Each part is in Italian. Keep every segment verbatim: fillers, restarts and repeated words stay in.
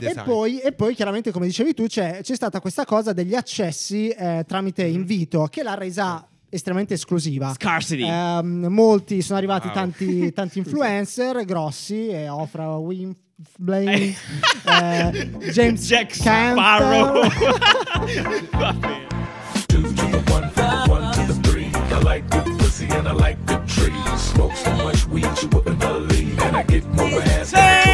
E poi, e poi chiaramente, come dicevi tu, c'è, c'è stata questa cosa degli accessi eh, tramite invito che l'ha resa estremamente esclusiva. Scarcity. Eh, molti sono arrivati, Wow. tanti, tanti influencer grossi, eh, Oprah Winfrey, eh, James Jack Cantor. Sparrow. Va bene. Two to the one, one to the three. I like good pussy and I like good trees. Smoke so much weed you wouldn't believe, and I get more ass than a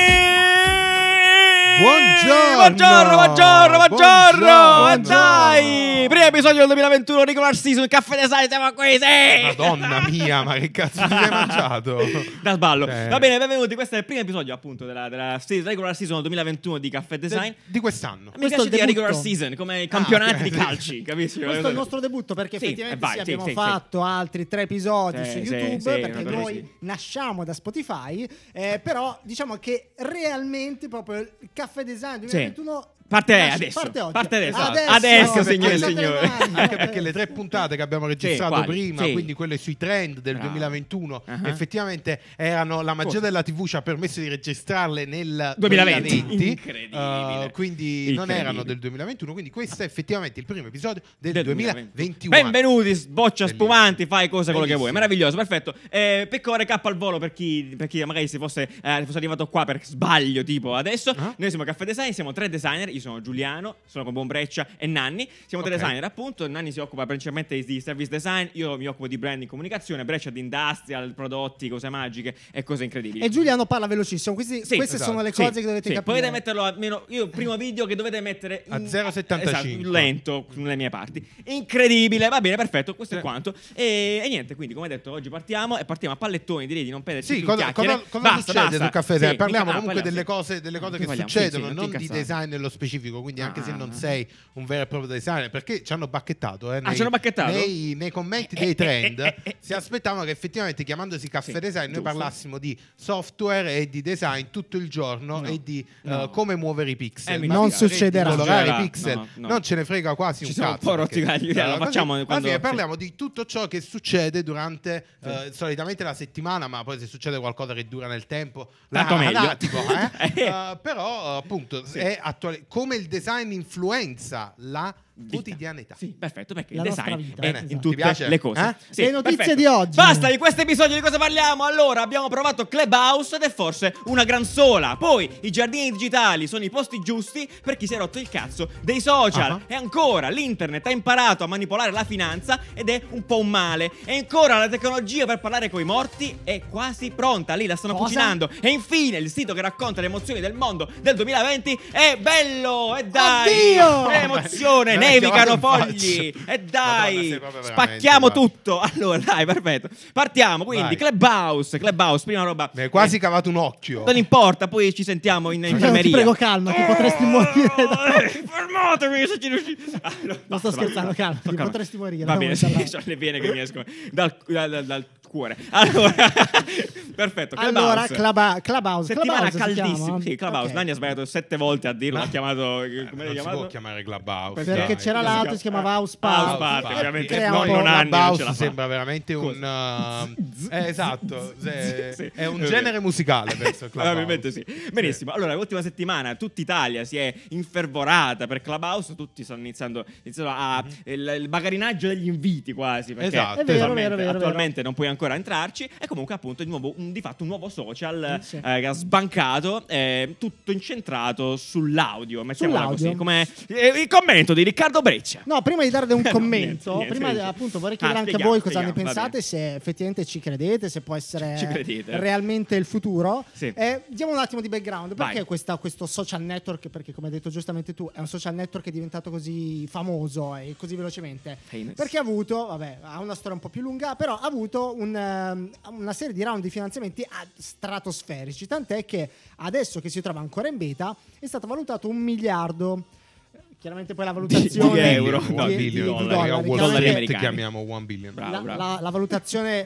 Buongiorno! Buongiorno, buongiorno, buongiorno! Buongiorno! E dai! Primo episodio del duemilaventuno, regular season, Caffè Design, siamo qui, sì! Madonna mia, ma che cazzo ti sei mangiato? Da sballo. Eh. Va bene, benvenuti, questo è il primo episodio appunto della, della season, regular season duemilaventuno di Caffè Design. De- di quest'anno. Mi Questo piace è il dire debutto. regular season, come i campionati ok. di calci, capisci? Questo è il nostro debutto, perché Sì, effettivamente eh, vai, sì, sì, abbiamo sì, fatto altri tre episodi Sì, su sì, YouTube, sì, perché una cosa noi così. nasciamo da Spotify, eh, però diciamo che realmente proprio il Caffè Design duemilaventuno Parte nasce- adesso, parte oggi. parte adesso. Adesso, Adesso, signori e alzate le signori. mani. Anche perché le tre puntate che abbiamo registrato quali? prima, Sì. quindi quelle sui trend del Bravo. duemilaventuno, Uh-huh. effettivamente erano la magia Cosa? della tivù ci ha permesso di registrarle nel duemilaventi. duemilaventi. Incredibile. Uh, quindi non Incredibile. erano del duemilaventuno, quindi questo è effettivamente il primo episodio del, Del duemilaventuno. Benvenuti, boccia Bellissimo. spumanti, fai cosa quello che vuoi. Bellissimo. Meraviglioso, perfetto. Eh, piccolo recap al volo per chi, per chi magari si fosse, eh, fosse arrivato qua per sbaglio, tipo adesso. Ah. Noi siamo Caffè Design, siamo tre designer. Io sono Giuliano, sono con Buon Breccia e Nanni. Siamo tre Ok. designer, appunto. Nanni si occupa principalmente di service design. Io mi occupo di branding, comunicazione. Breccia di industrial, prodotti, cose magiche e cose incredibibili. E Giuliano parla velocissimo. Questi- Sì, queste esatto. sono le Sì, cose che dovete sì. capire. Potete metterlo almeno. Io, primo video che dovete mettere A in- zero virgola settantacinque. esatto, lento sulle mie parti. Incredibile, va bene, perfetto. Questo Sì. è quanto. E, e niente, quindi, come detto, oggi partiamo e partiamo a pallettoni. Direi di non perderci Sì, più in cosa, chiacchiere. cosa, cosa Basta, succede basta. sul Caffè Sì, Design? Parliamo mica- ah, comunque parliamo, delle sì. cose, delle cose Di che parliamo, succedono, sì, sì, non ti di incazzare. design nello specifico, quindi anche se Ah. non sei un vero e proprio designer, perché ci hanno bacchettato, eh, Ah, nei, ci hanno bacchettato? nei, nei commenti Eh, dei eh, trend, eh, eh, eh. si aspettavano che effettivamente chiamandosi Caffè Sì, Design noi giusto. parlassimo di software e di design tutto il giorno No, e di no. eh, come muovere i pixel. Eh, mi Ma Non figate, succederà. di colorare Succederà. i pixel, No, no. non ce ne frega quasi Ci un siamo cazzo. un po' rotti perché, i coglioni, lo eh, facciamo così, quando- alla fine sì. parliamo di tutto ciò che succede durante eh, solitamente la settimana, ma poi se succede qualcosa che dura nel tempo, Tanto là, meglio. là, tipo, eh? Eh. Eh, però appunto è attuale, come il design influenza la Vita. quotidianità. Sì, perfetto, perché La il nostra design vita. è Bene, in esatto. tutte Ti piace? le cose. Eh? Sì, Le notizie perfetto. di oggi. Basta, di questo episodio di cosa parliamo? Allora, abbiamo provato Clubhouse ed è forse una gran sola. Poi, i giardini digitali sono i posti giusti per chi si è rotto il cazzo dei social. Ah. E ancora, l'internet ha imparato a manipolare la finanza ed è un po' un male. E ancora, la tecnologia per parlare coi morti è quasi pronta. Lì la stanno Cosa? cucinando. E infine, il sito che racconta le emozioni del mondo del duemilaventi è bello. E dai, Oddio! che emozione, Non è nevicano chiamato in fogli. faccia. E Madonna, dai, sei proprio veramente, spacchiamo guarda. tutto. Allora, dai, perfetto. Partiamo, quindi, Vai. Clubhouse, Clubhouse, prima roba. Mi hai quasi Eh, cavato un occhio. non importa, poi ci sentiamo in Giuliano, infermeria. ti prego, calma, che potresti morire. da- Eh, Fermatevi se ci riuscite. Allora, Non sto basta, scherzando, basta. calma, Sto ti calmo. potresti morire, Va da bene, un sì, momento sono le vene che mi escono dal, dal- dal- dal cuore. Allora, perfetto. Allora, Clubhouse. Cluba- Clubhouse. Settimana Clubhouse si caldissima. chiama? Sì, Clubhouse. Ok. Nanni ha sbagliato sette volte a dirlo. Ma- L'ha chiamato. Come l'hai non si chiamato? può chiamare Clubhouse. Perché Perché dai. c'era Come si l'altro, chiama? si chiamava House House Party. Party, Eh, ovviamente. crea No, un po'- non Nanni, non ce Clubhouse la fa. sembra veramente un Cosa? uh, eh, esatto, se- Sì, è un è genere vero. musicale penso Clubhouse. Probabilmente sì. Benissimo. Allora, l'ultima settimana tutta Italia si è infervorata per Clubhouse. Tutti stanno iniziando, iniziando a il, il bagarinaggio degli inviti quasi. Perché Esatto. È vero, attualmente, vero, vero, attualmente non puoi ancora entrarci. E comunque, appunto, di nuovo un, di fatto un nuovo social Sì. eh, che ha sbancato, eh, tutto incentrato sull'audio. Mettiamola Sull'audio. così. Come eh, il commento di Riccardo Breccia. No, prima di darle un No, commento, niente, niente, prima niente. appunto vorrei Ah, chiedere anche a spieghiamo, voi cosa ne spieghiamo, va pensate, se effettivamente ci credete, se può essere Ci credete? realmente il futuro. Sì. Eh, diamo un attimo di background. Perché Vai. questa- questo social network, perché come hai detto giustamente tu, è un social network che è diventato così famoso e così velocemente? Famous. Perché ha avuto, vabbè, ha una storia un po' più lunga, però ha avuto un, ehm, una serie di round di finanziamenti a- stratosferici, tant'è che adesso che si trova ancora in beta è stato valutato un miliardo. Chiaramente poi la valutazione di euro, di- no, di- billion, di dollari, dollari, Wall dollari chiaramente Street americani. chiamiamo one billion. Bravo, la, bravo. la- la valutazione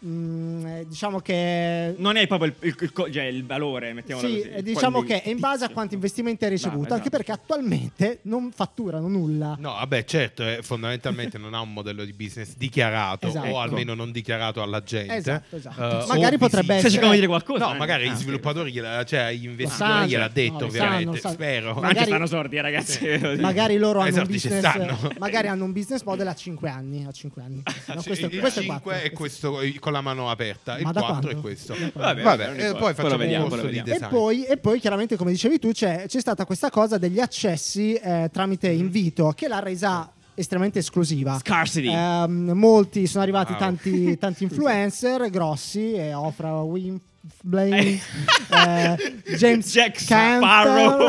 mh, diciamo che Non è proprio il, il, il, co- cioè il valore, mettiamolo sì, così. eh, diciamo Quelli- che è in base a quanti investimenti hai ricevuto, Bravo, anche esatto. perché attualmente non fatturano nulla. No, vabbè, certo, eh, fondamentalmente non ha un modello di business dichiarato Esatto. o almeno non dichiarato alla gente. Esatto, esatto. Eh, Magari o potrebbe visibile. Stai cercando di dire essere qualcosa? No, eh? magari Ah, gli ok. sviluppatori, gliela- cioè gli investitori sanno, gliel'ha no, detto, lo ovviamente. sanno, lo sanno. Spero. Ma Magari- ci stanno sordi, eh, ragazzi. Magari loro hanno un Esatto, ci business stanno. magari hanno un business model a cinque anni, a cinque anni. No, Sì, questo, il questo è cinque quattro. è questo con la mano aperta, il Ma da quattro quando? è questo. Da quando? Vabbè, Vabbè, non e importa. poi Poi facciamo lo vediamo, un poi lo corso di vediamo. E design. poi, e poi chiaramente come dicevi tu c'è, c'è stata questa cosa degli accessi eh, tramite Mm. invito che l'ha resa estremamente esclusiva. Scarcity. Ehm, molti sono arrivati Wow. tanti, tanti influencer grossi, eh, Oprah Winfrey, eh, James Jack Cantor. Sparrow.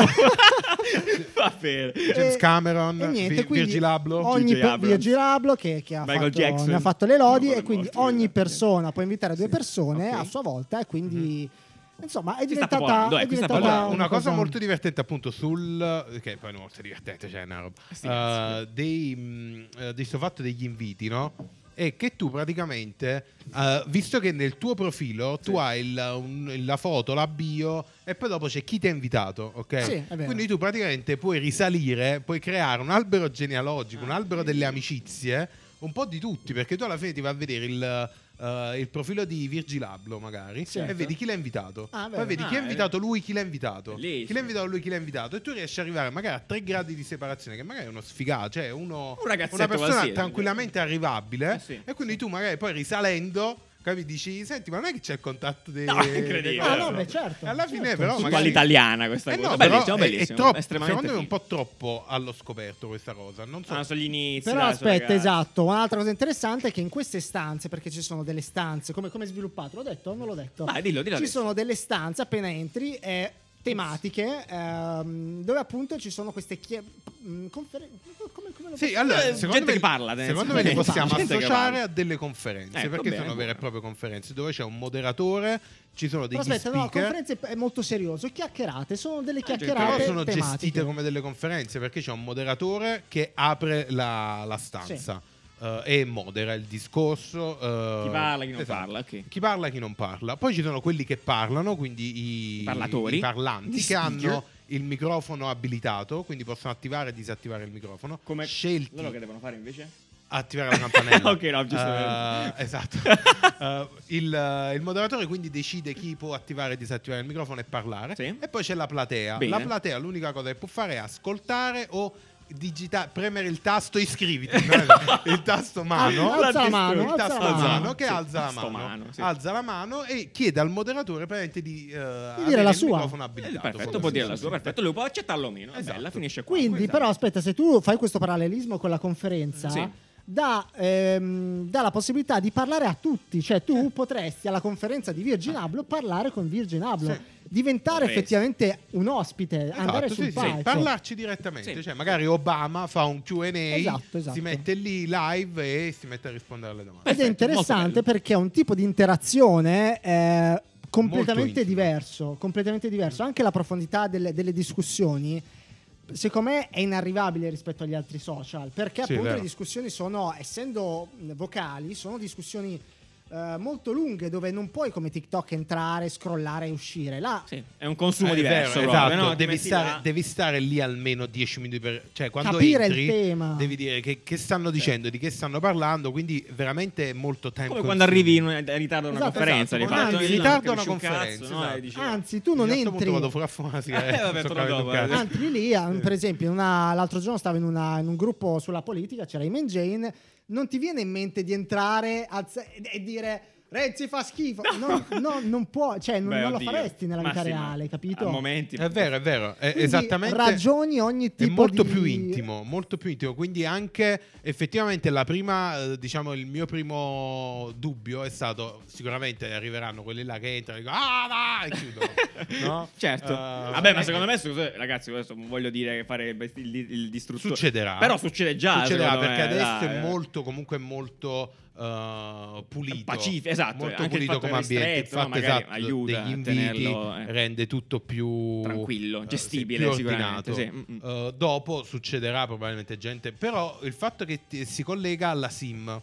Va bene. James E- Cameron, e niente, Vi- quindi Virgil Abloh. ogni J J per- Abrams. Virgil Abloh che, che ha Michael fatto, Jackson. ne ha fatto le lodi No, e quindi morto, ogni sì. persona può invitare due persone Ok. a sua volta e quindi insomma è Ci sta diventata, popolando, eh, è qui sta diventata Allora, popolando. una cosa molto divertente appunto sul che poi non è molto divertente, cioè è una roba Sì, eh, dei mh, eh, di sto fatto degli inviti, no? È che tu praticamente eh, visto che nel tuo profilo tu hai il- un- la foto, la bio e poi dopo c'è chi ti ha invitato, ok? Sì, è vero. Quindi tu praticamente puoi risalire, puoi creare un albero genealogico, un albero delle amicizie, un po' di tutti, perché tu alla fine ti vai a vedere il eh, il profilo di Virgil Abloh magari Certo. e vedi chi l'ha invitato. Ah, Poi vero. vedi chi Ah, ha è invitato lui, chi l'ha invitato. Bellissimo. Chi l'ha invitato lui, chi l'ha invitato. E tu riesci ad arrivare magari a tre gradi di separazione, che magari è uno sfigato, cioè uno, Un ragazzetto una persona qualsiasi. tranquillamente arrivabile. Eh sì. E quindi tu magari poi risalendo, capi, dici, senti, ma non è che c'è il contatto dei... No, è incredibile. dei- Ah, no, beh, certo. E alla fine certo. però Su magari... all'italiana questa Eh cosa. no, bellissimo, però è- bellissimo. È, troppo, estremamente secondo me è un figo. po' troppo allo scoperto questa cosa. Non so. Ah, sono gli inizi. Però dai, sono aspetta, ragazzi. esatto, un'altra cosa interessante è che in queste stanze, perché ci sono delle stanze, come, come è sviluppato? L'ho detto o non l'ho detto? Vai, dillo, dillo Ci adesso. sono delle stanze appena entri eh, tematiche ehm, dove appunto ci sono queste chie- mh, conferen- come, come lo Sì, posso- allora, Eh, secondo gente me, che parla, secondo nel me senso, li possiamo gente che associare parla. a delle conferenze, Ecco, perché bene, sono vere e bene. proprie conferenze dove c'è un moderatore, ci sono degli Però aspetta, no, speaker. conferenze è molto serioso, chiacchierate, sono delle certo. chiacchierate Però sono tematiche. gestite come delle conferenze perché c'è un moderatore che apre la, la stanza eh, e modera il discorso. eh, Chi parla, chi non esatto. parla, ok. Chi parla e chi non parla. Poi ci sono quelli che parlano, quindi i, I parlatori. i parlanti Gli che speaker. hanno il microfono abilitato, quindi possono attivare e disattivare il microfono. Come scelti. loro che devono fare invece? Attivare la campanella. Ok, no, giustamente. Eh, esatto. Eh, il, eh, il moderatore quindi decide chi può attivare e disattivare il microfono e parlare. Sì. E poi c'è la platea. Bene. La platea l'unica cosa che può fare è ascoltare o digita- premere il tasto iscriviti. no? Il tasto mano. Alza la mano, il alza tasto la mano, mano. che Sì, alza la tasto mano, mano, sì. alza la mano e chiede al moderatore praticamente di, eh, avere dire la il sua. microfono Eh, abilitato. perfetto, può dire la sua, perfetto. Lui può accettarlo o meno. È Esatto. bella, finisce qua. Quindi, Esatto. però, aspetta, se tu fai questo parallelismo con la conferenza, Sì. dà, ehm, dà la possibilità di parlare a tutti. Cioè, tu potresti alla conferenza di Virgin Abloh parlare con Virgin Abloh, Sì. diventare Potresti. effettivamente un ospite, andare Esatto, sul sì, sì, palco. parlarci direttamente, Sì. cioè magari Obama fa un Q and A, Esatto, esatto. si mette lì live e si mette a rispondere alle domande. Ed è Perfetto, molto interessante bello. perché è un tipo di interazione eh, completamente intimo. diverso, completamente diverso. Anche la profondità delle, delle discussioni, secondo me, è inarrivabile rispetto agli altri social, perché Sì, appunto vero. le discussioni sono, essendo vocali, sono discussioni eh, molto lunghe dove non puoi come TikTok entrare, scrollare e uscire. Là Sì, è un consumo Eh, è diverso. vero, proprio, esatto, no? Ti devi, metti stare, là. devi stare lì almeno dieci minuti per, cioè quando Capire il entri tema. devi dire che, che stanno dicendo, di che stanno parlando, quindi veramente è molto tempo. Come quando arrivi in, in ritardo a una Esatto, conferenza, esatto, di quando fatto, arrivi e in là ritardo non a una capisci un conferenza, cazzo, no? esatto. E dici, Anzi, tu non a questo punto entri. vado fuori a fumare una sigaretta. Eh, vabbè, sto torno capendo dopo, un cazzo. eh. Entri lì, ah, per esempio, in una- l'altro giorno stavo in, una- in un gruppo sulla politica, c'era Iman Jane, non ti viene in mente di entrare alza- e, e dire Renzi fa schifo, no, no, non può, cioè non, Beh, non lo oddio. faresti nella Ma vita sì, ma reale, capito? A momenti. È vero, è vero, è Quindi esattamente. ragioni ogni tipo È molto di- più intimo, molto più intimo. Quindi anche effettivamente la prima, eh, diciamo, il mio primo dubbio è stato sicuramente arriveranno quelli là che entrano e dicono ah vai, chiudono. No? Certo. Eh, Vabbè, ma eh, secondo me, scusa, ragazzi, questo non voglio dire che fare il, il, il distruttore. Succederà. Però succede già. Succederà secondo perché me, adesso dai. è molto, comunque molto uh, pulito. Pacifico, esatto, Molto anche il pulito fatto come che è ambiente. ristretto, no, Infatti, magari esatto, aiuta degli a inviti tenerlo, eh. rende tutto più Tranquillo, eh, gestibile, sì, più sicuramente, ordinato. sì. Mm-mm. Uh, dopo succederà probabilmente gente, però il fatto che ti- si collega alla SIM.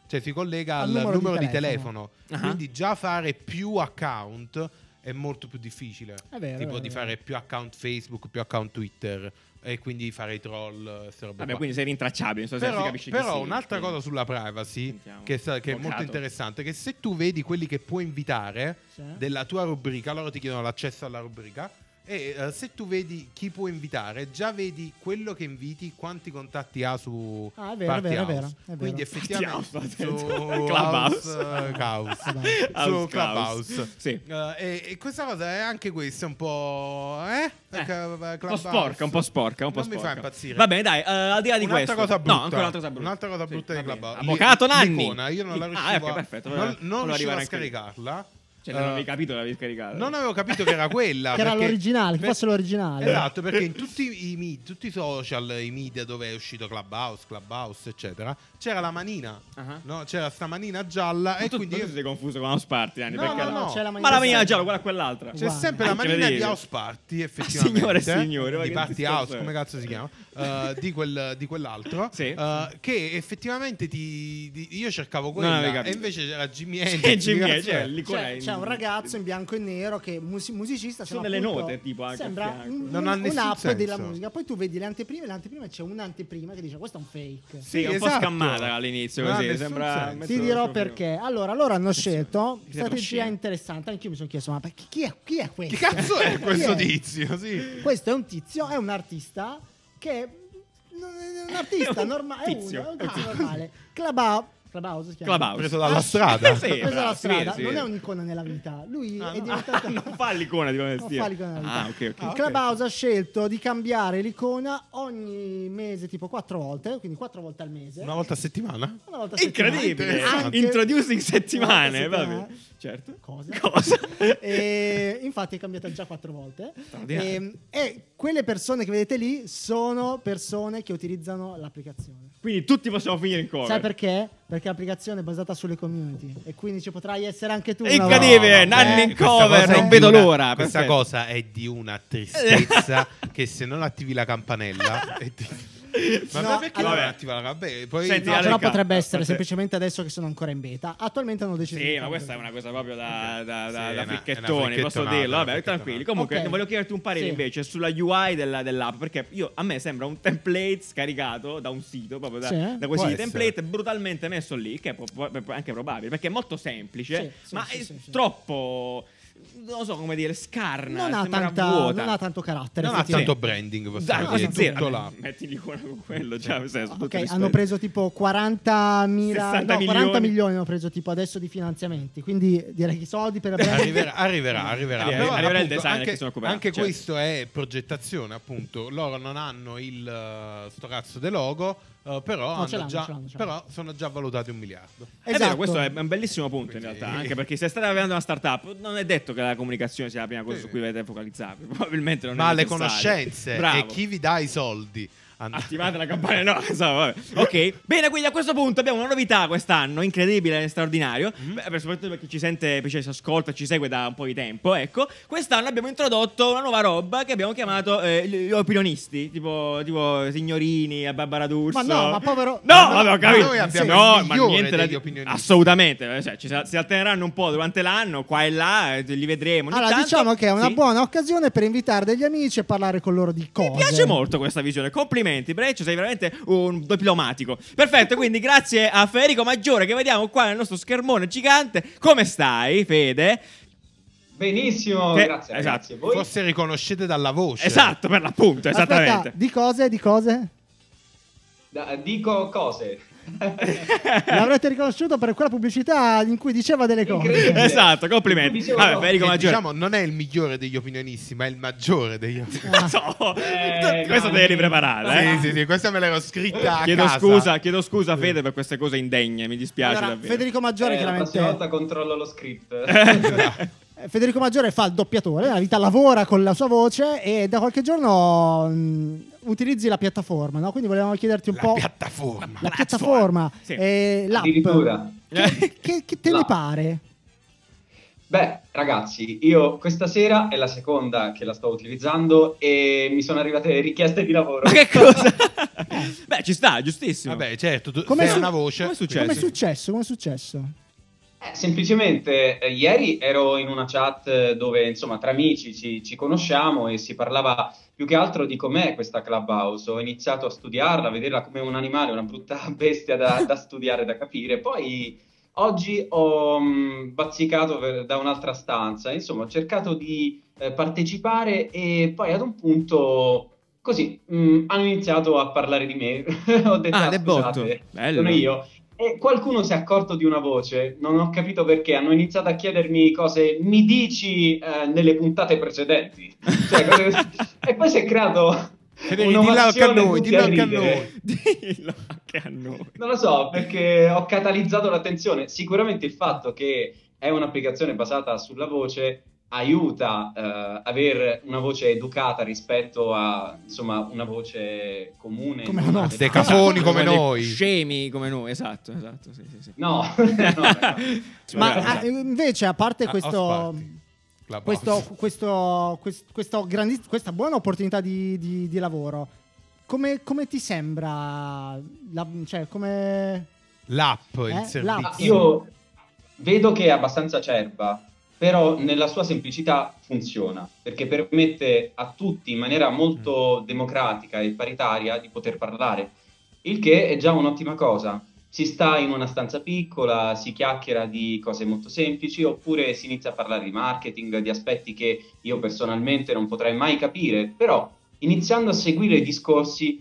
cioè si collega Al al, numero numero, di di telefono, Ah. quindi già fare più account è molto più difficile, È vero, tipo è vero, di è fare più account Facebook, più account Twitter e quindi fare i troll, queste robe Vabbè, qua. quindi sei rintracciabile, non so se si Però, capisce chi però sei, un'altra quindi. cosa sulla privacy Sentiamo. che, sa- che è molto Avvocato. interessante, che se tu vedi quelli che puoi invitare Sì. della tua rubrica, loro ti chiedono l'accesso alla rubrica e eh, se tu vedi chi può invitare, già vedi quello che inviti, quanti contatti ha su Ah, è vero, Party è vero, è House. vero, è vero. Quindi effettivamente Party su House, Clubhouse, Clubhouse. eh, Chaos. Vabbè. su House Clubhouse. Sì. Eh, e, e questa cosa è anche questa un po' eh? Eh, Perché, eh, un po' Clubhouse sporca, un po' sporca, un po' non mi sporca. fa impazzire. Va bene, dai, eh, al di là di Un'altra questo. cosa brutta, No, ancora un'altra cosa brutta. un'altra cosa brutta Sì, di va bene. Clubhouse. Avvocato Nanni. L'icona, io non la Ah, riuscivo ecco, a- perfetto. non, Volevo- non volevo riuscivo arrivare a anche lì. scaricarla. Cioè, non Eh, avevi capito l'avevi scaricato. non avevo capito che era quella. Che era perché- l'originale, che per- fosse l'originale. Esatto, perché in tutti i, mi- tutti i social, i media dove è uscito Clubhouse, Clubhouse, eccetera, c'era la manina, Ah. no? C'era sta manina gialla Ma e tu, quindi tu io- ti sei confuso con House Party, Anni, No, perché no, no. c'è la Ma la manina gialla. gialla, guarda quell'altra. c'è Uguale. sempre la manina di Incredibile. House Party, effettivamente. Signore e signori, ma di che Party discorso House, è? come cazzo si chiama? Eh, di, quel, di quell'altro. Sì. eh, che effettivamente ti, di- io cercavo Non avevi quella capito. e invece c'era Jimmy Hendrix. C'è Jimmy, Che cazzo cioè, è? l'icona C'è, in- c'è un ragazzo in bianco e nero che mus- musicista Sono sembra delle appunto- note, tipo, anche a sembra fianco. un- Non ha un- nessun un'app senso. della musica. Poi tu vedi le anteprime, le anteprime c'è un'anteprima che dice questo è un fake. Sì, è un po' esatto. scammata all'inizio, Non ha così nessun sembra senso. mezzo Ti dirò proprio- perché. Allora, loro hanno scelto Siete strategia osceni. interessante. Anch'io mi sono chiesto, ma perché- chi è, chi è questo? Che cazzo è Chi questo è? tizio? Sì. Questo è un tizio, è un artista che non è un artista È un normale, è, tizio. uno, è un tizio normale. Clubhouse, Clubhouse si chiama? Clubhouse. Preso dalla Ah, strada. Sì, preso bravo, dalla si strada, vede, si non vede. è un'icona nella vita. Lui Ah, è no. diventato non fa l'icona di come non vestire. fa l'icona nella vita. Ah, ok, ok. Ah, ok. Clubhouse ha scelto di cambiare l'icona ogni mese, tipo quattro volte, quindi quattro volte al mese. Una volta a settimana? Una volta a settimana. Incredibile. Anche- Introducing settimane, Una volta a vabbè. settimana. Certo. Cosa? Cosa? E infatti è cambiata già quattro volte. Straordinario. E, e quelle persone che vedete lì sono persone che utilizzano l'applicazione. Quindi tutti possiamo finire in cover. Sai perché? Perché l'applicazione è basata sulle community e quindi ci potrai essere anche tu. una Incredibile, volta. Nanni Eh, in questa cover, cosa è non di vedo una- l'ora. Questa perfetto. cosa è di una tristezza che se non attivi la campanella e ti- Ma No, perché allora- non attiva la campanella? Poi Senti, No, Ale, però Riccardo, potrebbe essere aspetta. semplicemente adesso che sono ancora in beta. Attualmente hanno deciso di Sì, ma farlo questa è così. una cosa proprio da, da, da, Sì, da è una- è una fricchettoni, posso fricchettonata, dirlo. una Vabbè, tranquilli. fricchettonata. Comunque, Ok. voglio chiederti un parere Sì. invece sulla U I della- dell'app, perché io, a me sembra un template scaricato da un sito, proprio da, Sì, da può questi essere. template brutalmente messo lì, che è po- po- anche probabile, perché è molto semplice, Sì, sì, ma sì, è sì, sì. troppo, non so come dire, scarna, Non ha, sembra tanta, vuota. non ha tanto carattere. non ha effettivamente. tanto branding, Dai, possiamo così dire, zero. tutto Vabbè, là. metti l'icona con quello, cioè, nel senso, tutto Ok, rispetto. hanno preso tipo quarantamila sessanta no, quaranta milioni. milioni hanno preso tipo adesso di finanziamenti, quindi direi che i soldi per brand- Arriverà, arriverà, arriverà. Arriverà- Però, arriverà il appunto, designer anche, che sono occupato, anche certo. questo è progettazione, appunto. Loro non hanno il uh, sto cazzo de logo, uh, però, No, ce hanno l'hanno, già, ce l'hanno, ce però l'hanno. sono già valutati un miliardo. È vero, Esatto. questo è un bellissimo punto in Quindi- realtà, anche perché se state avendo una startup non è detto che la comunicazione sia la prima cosa Sì. su cui dovete focalizzarvi, probabilmente non Ma è le necessario. conoscenze Bravo. e chi vi dà i soldi. And- Attivate la campagna, no, insomma, vabbè. Ok, bene, quindi a questo punto abbiamo una novità quest'anno, incredibile e straordinario, Mm-hmm. Beh, per- soprattutto per chi ci sente, per chi ci ascolta, ci segue da un po' di tempo, ecco. Quest'anno abbiamo introdotto una nuova roba che abbiamo chiamato eh, gli gli opinionisti, tipo, tipo signorini, a Barbara D'Urso. Ma no, ma povero- No, ma no, vabbè, ho ma capito. noi abbiamo no, il ma migliore niente da degli dire. opinionisti. Assolutamente, cioè, ci sa- si alterneranno un po' durante l'anno, qua e là, eh, li vedremo. ogni Allora, tanto. diciamo che è una Sì. buona occasione per invitare degli amici e parlare con loro di cose. Mi piace molto questa visione, complimenti Breccio, sei veramente un diplomatico. Perfetto, quindi grazie a Federico Maggiore che vediamo qua nel nostro schermone gigante. Come stai, Fede? Benissimo, Che- grazie esatto. ragazzi. Voi Forse riconoscete dalla voce. Esatto, per l'appunto, esattamente. Aspetta, di cose, di cose? da- dico cose. L'avrete riconosciuto per quella pubblicità in cui diceva delle cose. Incredibile. Esatto, complimenti. Dicevo, Vabbè, no, Federico Che, Maggiore. diciamo, non è il migliore degli opinionisti, ma è il maggiore degli opinionisti. No, Eh, questo no, devi eh. ripreparare, eh. Sì, sì, sì, questa me l'ero scritta a Chiedo casa. scusa, chiedo scusa Fede per queste cose indegne, mi dispiace Allora, davvero. Federico Maggiore Eh, la chiaramente prossima volta controllo lo script. eh, Federico Maggiore fa il doppiatore, nella vita lavora con la sua voce e da qualche giorno mh, utilizzi la piattaforma, no? Quindi volevamo chiederti un La po' piattaforma. la piattaforma Sì. Eh, l'app. Addirittura. Che, che- che te ne L'app. pare? Beh, ragazzi, io questa sera è la seconda che la sto utilizzando e mi sono arrivate richieste di lavoro. Ma che cosa? Beh, ci sta, giustissimo. Vabbè, certo, tu Come sei su- una voce. come è successo? Come è successo? Come è successo? Eh, semplicemente eh, ieri ero in una chat eh, dove insomma tra amici ci, ci conosciamo e si parlava più che altro di com'è questa Clubhouse. Ho iniziato a studiarla, a vederla come un animale, una brutta bestia da, da studiare, da capire. Poi oggi ho mh, bazzicato per- da un'altra stanza, insomma ho cercato di eh, partecipare e poi ad un punto così mh, hanno iniziato a parlare di me. Ho detto, Ah, "Ah, de botto. scusate, Bello. sono io." E qualcuno si è accorto di una voce, non ho capito perché, hanno iniziato a chiedermi cose, mi dici eh, nelle puntate precedenti. Cioè, cose- e poi si è creato Federico, dillo anche a un'ovazione, noi, tutti dillo a anche a ridere. noi. Dillo anche a noi. Non lo so, perché ho catalizzato l'attenzione. Sicuramente il fatto che è un'applicazione basata sulla voce aiuta eh, avere una voce educata rispetto a insomma una voce comune. Come la normale. nostra. Dei cafoni come Dei noi. Scemi come noi, esatto, esatto, sì, sì, sì. No, no, raga. Ma Vabbè, ah, invece, a parte Ah, questo, house party. Clubhouse. questo, questo, quest- questo grandis- questa buona opportunità di, di- di lavoro, come, come ti sembra? La- cioè, come... L'app, il Eh, servizio. l'app. Ah, io vedo che è abbastanza acerba, però nella sua semplicità funziona, perché permette a tutti in maniera molto democratica e paritaria di poter parlare, il che è già un'ottima cosa. Si sta in una stanza piccola, si chiacchiera di cose molto semplici, oppure si inizia a parlare di marketing, di aspetti che io personalmente non potrei mai capire, però iniziando a seguire i discorsi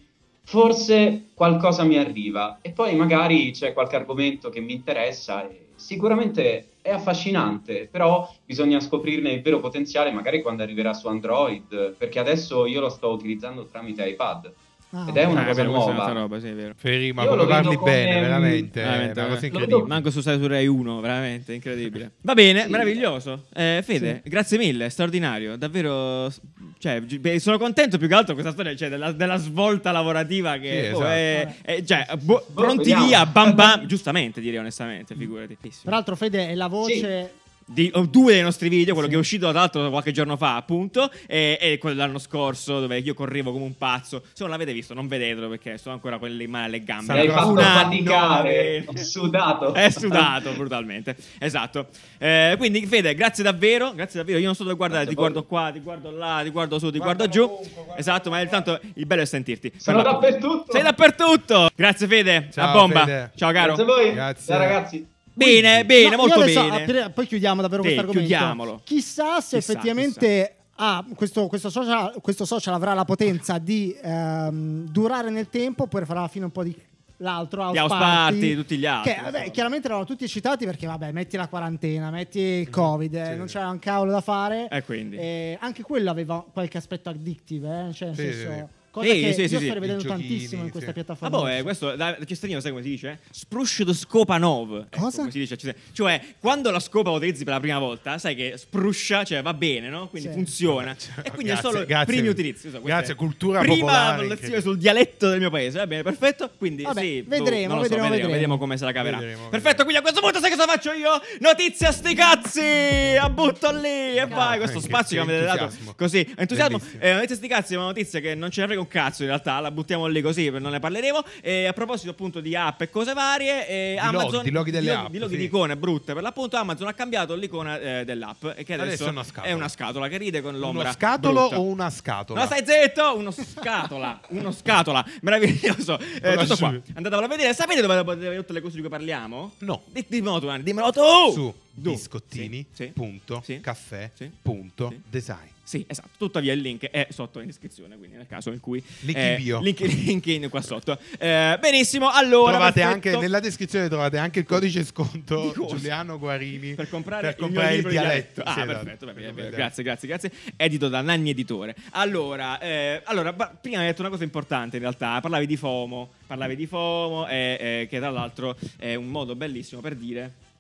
forse qualcosa mi arriva e poi magari c'è qualche argomento che mi interessa e sicuramente è affascinante, però bisogna scoprirne il vero potenziale magari quando arriverà su Android, perché adesso io lo sto utilizzando tramite iPad Ah, ed è ok. una Ah, è cosa vero, questa è nuova. un'altra roba, sì, è vero. Federico, ma Io come lo vedo parli come- bene, veramente. Veramente, è una cosa eh. incredibile. Manco su su Rai uno, veramente incredibile. Va bene, Sì. meraviglioso. Eh, Fede, grazie mille, straordinario, davvero. Cioè, gi- beh, sono contento più che altro questa storia, cioè, della, della svolta lavorativa che Sì, boh, esatto. è, è- cioè, boh, Boh, pronti vediamo. via, bam bam, giustamente direi onestamente, figurati. Peraltro, Fede, è la voce... Di, oh, due dei nostri video, quello Sì. che è uscito tra l'altro qualche giorno fa, appunto, e, e quello dell'anno scorso dove io correvo come un pazzo. Se non l'avete visto, non vedetelo perché sono ancora quelli in mano alle gambe. Mi hai fatto Un anno, faticare, eh. ho sudato. È sudato brutalmente. Esatto. Eh, quindi, Fede, grazie davvero. Grazie davvero. Io non so dove guardare, ti Grazie a guardo qua, ti guardo là, ti guardo su, ti Guarda guardo giù. ovunque, guarda Esatto, ma intanto il bello è sentirti. Sono Per l'appunto. dappertutto. Sei dappertutto. Grazie, Fede. Ciao, a bomba. Fede. Ciao, caro. Grazie a voi. Grazie. Ciao, ragazzi. Bene, No, bene, io molto adesso, bene. ah, per- poi chiudiamo davvero Sì, questo argomento. chiudiamolo. Chissà se Chissà, effettivamente ah, questo, questo social, questo social avrà la potenza di ehm, durare nel tempo, oppure farà alla fine un po' di l'altro house, Gli house party, tutti gli altri. Che vabbè, chiaramente erano tutti eccitati perché vabbè, metti la quarantena, metti il Covid, eh, Sì. non c'era un cavolo da fare. E quindi. E anche quello aveva qualche aspetto addictive, eh? Cioè, nel Sì, senso, sì. cosa Sì, che sì, io sì, sto sì. rivedendo I giochini, tantissimo in sì. questa Ah, piattaforma. boh, eh, questo da Cesternino sai come si dice? Spruscio Scopanov. Ecco, Cosa? come si dice a Cesternino. Cioè, quando la scopa la utilizzi per la prima volta, sai che spruscia, cioè va bene, no? Quindi Sì. funziona. E quindi Grazie, è solo grazie. primi utilizzi. So, questa Grazie, è cultura prima popolare, lezione incredibile. sul dialetto del mio paese. Va bene, perfetto. Quindi Vabbè, sì, boh, vedremo, non lo so, vedremo, vedremo. vedremo come se la caverà. Vedremo, Perfetto, quindi a questo punto sai cosa faccio io? Notizie a sti cazzi! La butto lì e vai. Questo che- spazio che che mi avete dato entusiasmo. così. Entusiasmo. Bellissimo. Eh, notizie a sti cazzi è una notizia che non ce ne frega un cazzo in realtà. La buttiamo lì così, non ne parleremo. E a proposito appunto di app e cose varie, eh, Di loghi, Amazon di loghi delle di loghi- app, di loghi sì. di icone brutte. Per l'appunto Amazon ha cambiato l'icona eh, dell'app e che adesso, Adesso è una scatola. è una scatola che ride con l'ombra Uno scatolo brutta. o una scatola? No, stai zitto! Uno scatola, uno scatola, meraviglioso. Eh, Lo tutto qua. lascio- Andatevelo a vedere. Sapete dove potete vedere tutte le cose di cui parliamo? No. Di- Dimmelo tu, Anni, dimmelo tu! Su Tu. biscottini, Sì, sì, punto, sì, caffè, sì, punto, sì. design. Sì, esatto. Tuttavia il link è sotto in descrizione, quindi nel caso in cui Link eh, in bio. link, link in qua sotto. Eh, benissimo, allora Trovate perfetto. anche nella descrizione trovate anche il codice Di sconto cosa? Giuliano Guarini per comprare, per il, comprare mio il libro di dialetto. Ah, Sì, esatto. perfetto, va bene, Per va bene. comprare il grazie, grazie, grazie. Edito da Nanni Editore. Allora, eh, allora ba- prima hai detto una cosa importante in realtà, parlavi di FOMO, parlavi di FOMO, eh, eh, che tra l'altro è un modo bellissimo per dire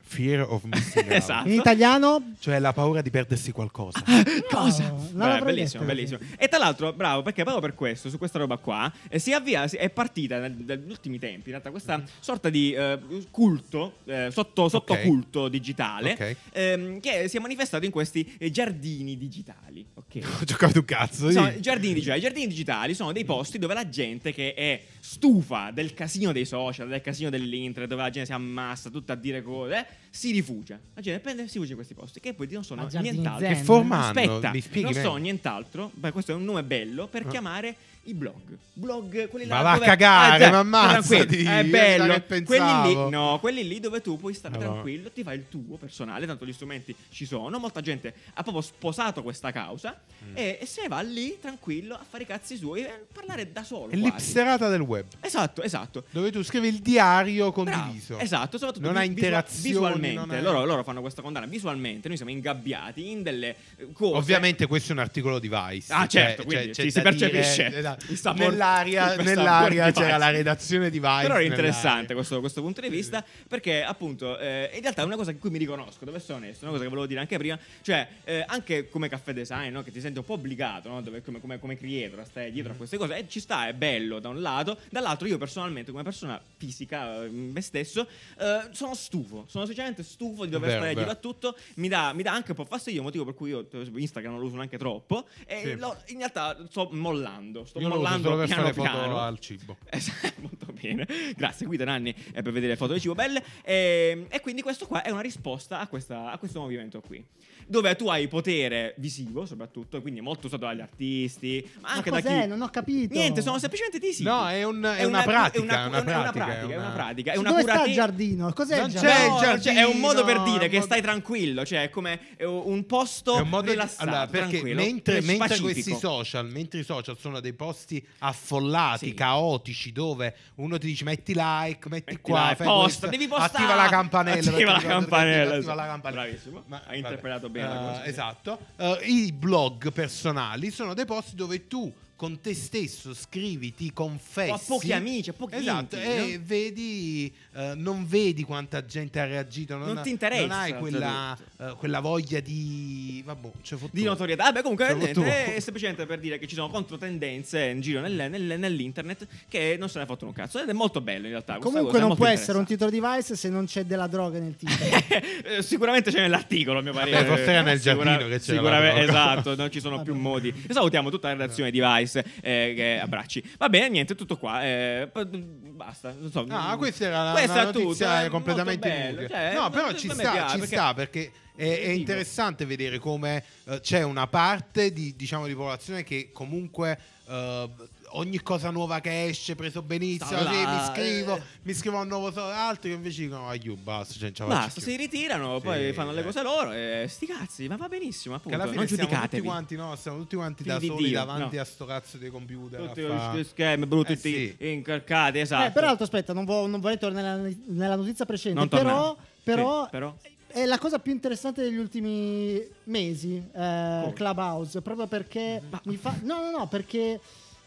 Fear of missing out. Esatto. In italiano? Cioè la paura di perdersi qualcosa. Cosa? No, non Beh, l'avrei bellissimo, detto bellissimo. così. E tra l'altro, bravo, perché proprio per questo, su questa roba qua, eh, si avvia, si- è partita nel- negli ultimi tempi, in realtà, questa sorta di eh, culto, eh, sotto, sottoculto digitale, Ok. ehm, che si è manifestato in questi eh, giardini digitali. Ok. Ho giocato un cazzo. Sono Sì. i giardini digitali. I giardini digitali sono dei posti dove la gente che è stufa del casino dei social, del casino dell'internet, dove la gente si ammassa tutta a dire cose, eh, si rifugia. La gente prende e si rifugia in questi posti, che poi non sono Ma giardini nient'altro. zen? Che forma hanno? Aspetta, Mi spieghi non meglio? so nient'altro. Beh, questo è un nome bello per Ah. chiamare i blog. Blog, quelli Ma là va a dove- cagare, dai, ma ammazzati, tranquillo, è io bello. già che Quelli pensavo. lì, no, quelli lì dove tu puoi stare Allora. tranquillo, ti fai il tuo personale, tanto gli strumenti ci sono. Molta gente ha proprio sposato questa causa Mm. e, e se ne va lì tranquillo a fare i cazzi suoi e parlare da solo. È quasi. l'ipsterata del web. Esatto, esatto. Dove tu scrivi il diario Bravo, condiviso. esatto, soprattutto Non vi- ha visua- interazioni, visualmente. non è- Loro, loro fanno questa condanna visualmente. Noi siamo ingabbiati in delle eh, cose. Ovviamente questo è un articolo di Vice. Ah, Cioè, certo, cioè, quindi c'è ci si da percepisce dire- da- il sapore- nell'aria, il nell'aria sapore di c'era Vice. la redazione di Vice. Però è nell'aria. interessante questo, questo punto di vista perché appunto eh, in realtà è una cosa in cui mi riconosco, devo essere onesto, una cosa che volevo dire anche prima, cioè eh, anche come caffè design, no? Che ti senti un po' obbligato, no? Dove, come, come, come creator a stare dietro a queste cose e ci sta, è bello da un lato, dall'altro io personalmente come persona fisica, eh, me stesso, eh, sono stufo, sono sinceramente stufo di dover Vero, stare vero. dietro a tutto, mi dà, mi dà anche un po' fastidio, motivo per cui io per esempio, Instagram non lo uso neanche troppo e Sì. lo- in realtà sto mollando, sto Io lo uso mollando solo per piano fare foto piano. al cibo. Esatto, molto bene. Grazie, guida Nanni eh, per vedere foto di cibo belle. E, e quindi questo qua è una risposta a, questa- a questo movimento qui. Dove tu hai potere visivo, soprattutto, e quindi è molto usato dagli artisti, ma Ma anche da cos'è? chi. Non ho capito. Niente, sono semplicemente dei siti. No, è un- è una pratica, è una è una pratica, pratica, è è una una- pratica, è Cioè, una dove sta curate- il giardino? Cos'è Non il c'è giardino? il No, giardino, cioè, è un modo per un dire che modo- stai tranquillo, cioè è come è un posto È un modo di- rilassato, allora, perché tranquillo, mentre, mentre pacifico. questi social, mentre i social sono dei posti affollati, Sì. caotici, dove uno ti dice metti like, metti, Metti qua, like, fai posta, questo, devi postare, attiva la campanella, attiva perché la ricordo che campanella, attiva sì. la campanella. Bravissimo. Ma- Hai interpretato bene la Eh, cosa, sì. Esatto. Eh, i blog personali sono dei posti dove tu con te stesso scrivi, ti confessi. O a pochi amici, a pochi esatto, intimi, e no? vedi, eh, non vedi quanta gente ha reagito, non, Non ti interessa, non hai quella, oltretutto. eh, quella voglia di, vabbè, cioè, Di notorietà. Vabbè, comunque Siamo niente, tu. è semplicemente per dire che ci sono controtendenze in giro nel- nel- nell'internet che non se ne ha fatto un cazzo. Ed è molto bello in realtà. questa Comunque cosa è non molto può essere un interessante. titolo di Vice se non c'è della droga nel titolo. Eh, Sicuramente c'è nell'articolo, a mio parere. Vabbè, forse era nel Sicura- giardino che c'era Sicuramente, la droga. esatto, non ci sono più modi. E salutiamo tutta la redazione di Vice, eh, che abbracci. Va bene, niente, tutto qua. eh, p- basta. Non so, Ah, questa era una, Questa una è tutto, notizia è completamente molto bello, inutile. cioè, no, però a ci me sta, piace, ci perché- sta perché è, è interessante vedere come eh, c'è una parte di, diciamo, di popolazione che comunque eh, ogni cosa nuova che esce preso benissimo, Sta là, sì, mi scrivo, eh. mi scrivo a un nuovo social, altri che invece dicono ah, io basta, cioè, non ce la faccio Basta, più." si ritirano, poi Sì, fanno le eh. cose loro e sti cazzi, ma va benissimo, Che appunto. alla fine Non siamo tutti giudicatevi. quanti, no, siamo tutti quanti Figli da di soli Dio, davanti no. a sto cazzo di computer. Tutti a fa- gli schermi brutti, Eh, tutti sì. incarcati, esatto. Eh, peraltro, aspetta, non, vo- non vorrei tornare nella, nella notizia precedente, Non però, tornare. però, Sì, però. è la cosa più interessante degli ultimi mesi, eh, Come? Clubhouse, proprio perché mi fa... No, no, no, perché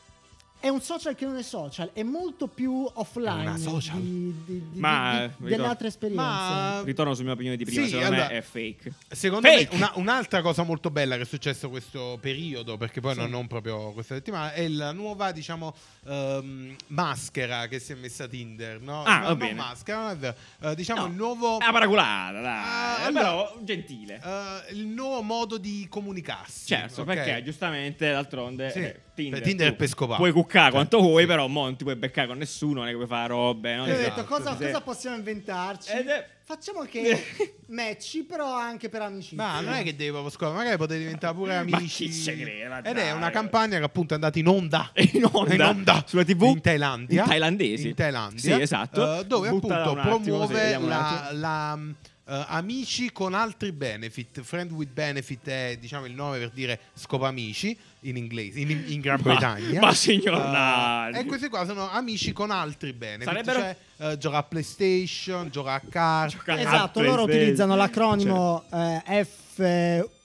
è un social che non è social, è molto più offline È una social? di, di- di- Ma, di- eh, delle ritorno- altre esperienze. Ma Ritorno sulla mia opinione di prima, Sì, secondo allora- me è fake. Secondo Fake! me una- un'altra cosa molto bella che è successo questo periodo, perché poi Sì. non, non proprio questa settimana, è la nuova, diciamo, ehm, maschera che si è messa Tinder, no? Ah, no, va non bene. maschera, non è vero. Eh, diciamo No, il nuovo È una paraculata, dai. Ah, Eh, allora- però gentile. eh, il nuovo modo di comunicarsi. Certo, ok? perché giustamente d'altronde Sì. eh, Tinder, Beh, Tinder tu è pescopato. puoi cuccare Cioè, quanto vuoi, sì. però mo non ti puoi beccare con nessuno, non è che puoi fare robe, no? Io ho Esatto. detto cosa, Sì. cosa possiamo inventarci? Ed è- Facciamo che matchi, però anche per amici. Ma non è che devi proprio scoprire, magari potete diventare pure Ma amici. chi ci crede, ma Ed dai. è una campagna che appunto è andata in onda. in onda, in onda sulla tivù in Thailandia. in thailandesi. In Thailandia. Sì, esatto. eh, dove Buttala appunto un attimo, così promuove vediamo un la, attimo. la, eh, amici con altri benefit. Friend with benefit è, diciamo, il nome per dire scopamici in inglese, in, in Gran Ma- Bretagna. ma signor Eh, Nanni. e questi qua sono amici con altri benefit. Sarebbero- Cioè, eh, gioca a PlayStation, gioca a carte. Gioca a Esatto, Ah, loro PlayStation. utilizzano l'acronimo eh, F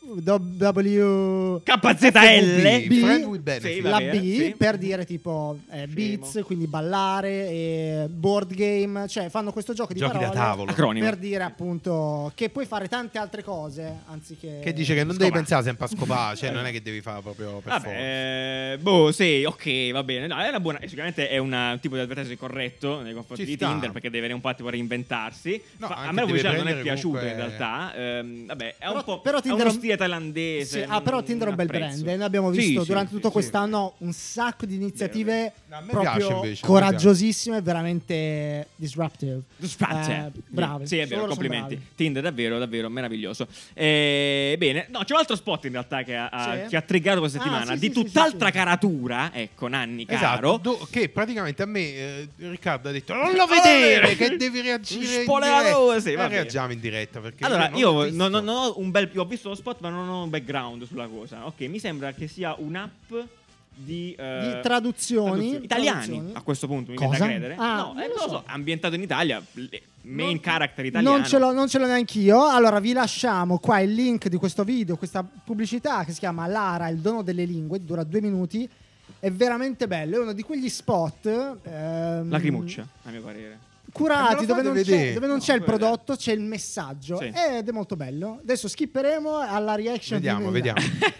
W K Z L B, Friend with benefit. Sì, la va bene, B sì. per dire tipo eh, beats, quindi ballare, e board game, cioè fanno questo gioco di Giochi da parole tavolo. Acronimo. per dire appunto che puoi fare tante altre cose anziché Che dice che non Scopare. devi pensare sempre a scopare, cioè non è che devi fare proprio per forza. Vabbè, eh, boh, sì, ok, va bene. No, è una buona. Sicuramente è una- un tipo di advertising corretto nei confronti Ci di sta. Tinder, perché deve un po' tipo reinventarsi. No, Fa- a anche me la deve pubblicità non è prendere piaciuta comunque- in realtà. Ehm, vabbè, è Però- un po' però è Tinder- uno stile thailandese. Sì, ah, non- però Tinder è un non bel apprezzo. brand e noi abbiamo Sì, visto sì, durante sì, tutto sì. quest'anno un sacco di iniziative No, a me proprio piace invece, a me coraggiosissime, veramente disruptive. Disruptive. Eh, bravi. Sì, è vero, Solo sono complimenti. bravi. Tinder davvero, davvero meraviglioso. Eh, bene, no, c'è un altro spot in realtà che ha, ha- Sì? che ha triggato questa Ah, settimana sì, di sì, sì, tutt'altra sì, sì. caratura. Ecco, Nanni, Esatto, caro. do- che praticamente a me eh, Riccardo ha detto non lo vedere, che devi reagire in Spoileratore, diretta. sì, E va bene. reagiamo in diretta perché Allora, non io l'ho visto. non, non- non ho un bel. Io ho visto lo spot, ma non ho un background sulla cosa. Ok, mi sembra che sia un'app di, eh, Di traduzioni, italiani. traduzioni. A questo punto mi viene da Cosa? credere. Ah, no, non eh, lo non lo so. so. Ambientato in Italia, le- main Non- character italiano. Non ce, l'ho, non ce l'ho neanch'io. Allora, vi lasciamo qua il link di questo video, questa pubblicità che si chiama Lara, il dono delle lingue, dura due minuti. È veramente bello. È uno di quegli spot. ehm, Lacrimuccia, a mio parere. curati Me lo dove fate non, vedere? c'è, dove non No, c'è il puoi vedere. prodotto, c'è il messaggio. Sì. Ed è molto bello. Adesso skipperemo alla reaction. Vediamo, di- vediamo.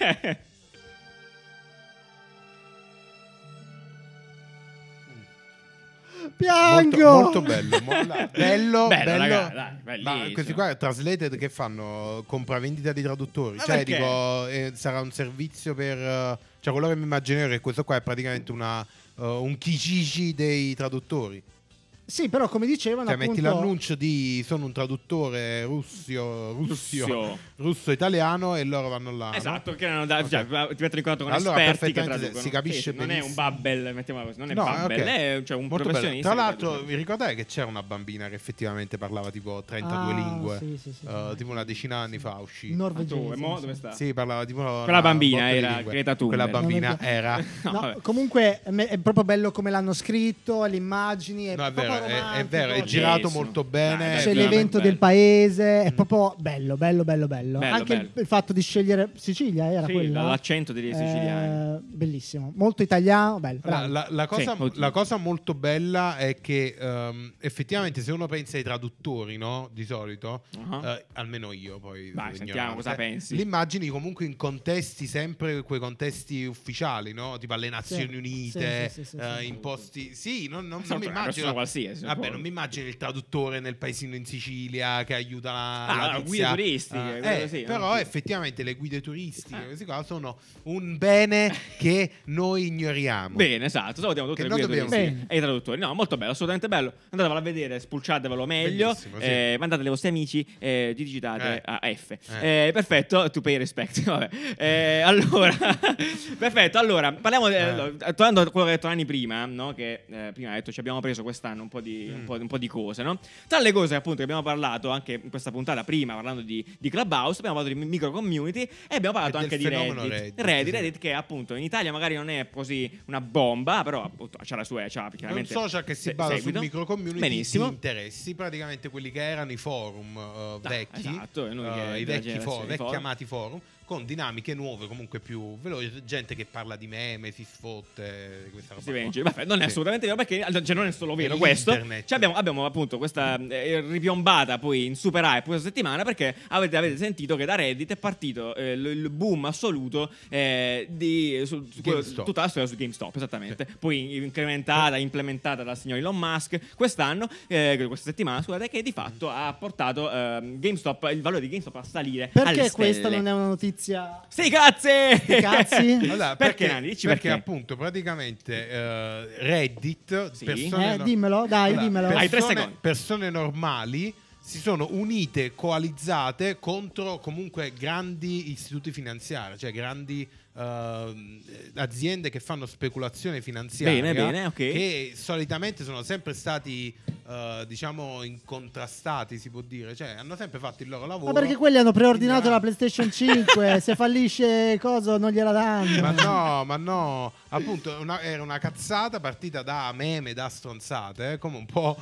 Piango! Molto, molto bello, mo- la- bello, Bello, bello. raga, dai, Ma bellissimo. questi qua translated che fanno? Compravendita di traduttori? Ma Cioè, perché? dico, eh, sarà un servizio per. eh, Cioè, quello che mi immagino è che questo qua è praticamente una, eh, un Kijiji dei traduttori. Sì, però come dicevano Cioè, metti appunto, l'annuncio di sono un traduttore russio, russio, Russio. russo italiano e loro vanno là. no? Esatto, che erano da, Ok. cioè, ti mettono in contatto con Allora, esperti che perfettamente, traducono. si capisce Sì, sì, non è un benissimo. Bubble, mettiamola così, non è No, Bubble, ok. è cioè, un Molto bello. professionista. Tra che l'altro, traduce. vi ricordate che c'era una bambina che effettivamente parlava tipo trentadue Ah, lingue? sì, sì, sì, Eh, sì. tipo una decina d'anni fa uscì. Ah, norvegese. tu, e mo sì. dove sta? Sì, parlava tipo una Quella bambina botta di era lingue. Greta Thunberg. Quella bambina Non è- era. No, No, vabbè. comunque me- è proprio bello come l'hanno scritto, le immagini, è No, è proprio vero, è, è romantico, vero, è cioè, girato Bellissimo. molto bene. Dai, dai, c'è è veramente l'evento bello. del paese, è proprio bello, bello, bello, bello. Bello, Anche bello. Il, il fatto di scegliere Sicilia era Sì, quella. l'accento dei siciliani. Eh, bellissimo, molto italiano, bello. La, bravo. la- la cosa, Sì, molto. la cosa molto bella è che ehm, effettivamente se uno pensa ai traduttori, no? Di solito, Uh-huh. eh, almeno io poi Vai, sono sentiamo ignorante, cosa pensi. li immagini comunque in contesti sempre quei contesti ufficiali, no? Tipo alle Nazioni Sì, Unite, sì, sì, sì, eh, sì. in posti. Sì, non, non, non Sono mi una immagino. persona qualsiasi, Vabbè, poi. non mi immagino il traduttore nel paesino in Sicilia che aiuta la, Ah, la la tizia. guide turistiche, Eh, quello eh, sì, no? però Sì. effettivamente le guide turistiche, Ah. questi qua sono un bene che noi ignoriamo. Bene, esatto. Salutiamo tutte Che le noi guide dobbiamo- turistiche e i traduttori. No, molto bello, assolutamente bello. Andatevelo a vedere, spulciatevelo meglio. Bellissimo, sì. eh, mandatele ai vostri amici, eh, digitate Eh. a F. Eh. Eh, perfetto, to pay respect. Vabbè. Eh, allora, perfetto. Allora, parliamo. Eh. allora, tornando a quello che ha detto Anni prima, no? Che eh, prima ha detto ci abbiamo preso quest'anno un po' di, un Mm. po', un po' di cose, no? Tra le cose appunto che abbiamo parlato anche in questa puntata, prima parlando di, di Clubhouse, abbiamo parlato di micro community e abbiamo parlato E del anche di fenomeno Reddit. Reddit, Reddit, sì. Reddit che appunto in Italia magari non è così una bomba, però appunto c'ha la sua, c'ha È un chiaramente social che si se- basa seguito. sul micro community Benissimo. di interessi, praticamente quelli che erano i forum eh, Ah, vecchi, esatto, e noi che- eh, i della vecchi generazione forum, di vecchi forum. amati forum, con dinamiche nuove, comunque più veloci, gente che parla di meme, si sfotte, questa roba Si qua. venge. Vabbè, non è Sì. assolutamente vero perché cioè, non è solo vero E questo. l'internet. Cioè, abbiamo, abbiamo appunto questa eh, ripiombata poi in super hype questa settimana perché avete, avete sentito che da Reddit è partito eh, il, il boom assoluto eh, di su, su quello- GameStop. tutta la storia su GameStop, esattamente. Poi incrementata, implementata dal signor Elon Musk quest'anno, eh, questa settimana, scusate, che di fatto ha portato ehm, GameStop, il valore di GameStop a salire alle Perché stelle. questa non è una notizia? Sì, grazie! Sti cazzi? Allora, perché, Nani? Dici perché perché? appunto praticamente eh, Reddit, Sì. persone Eh, no- dimmelo, dai, Allora, dimmelo. Hai tre persone, secondi. persone normali si sono unite, coalizzate contro comunque grandi istituti finanziari, cioè grandi ehm, aziende che fanno speculazione finanziaria, Bene, bene, ok. che solitamente sono sempre stati uh, diciamo incontrastati, si può dire, cioè hanno sempre fatto il loro lavoro. Ma perché quelli hanno preordinato Quindi, la PlayStation cinque, se fallisce coso non gliela danno. Ma no, ma no, appunto una, era una cazzata partita da meme, da stronzate, eh, come un po'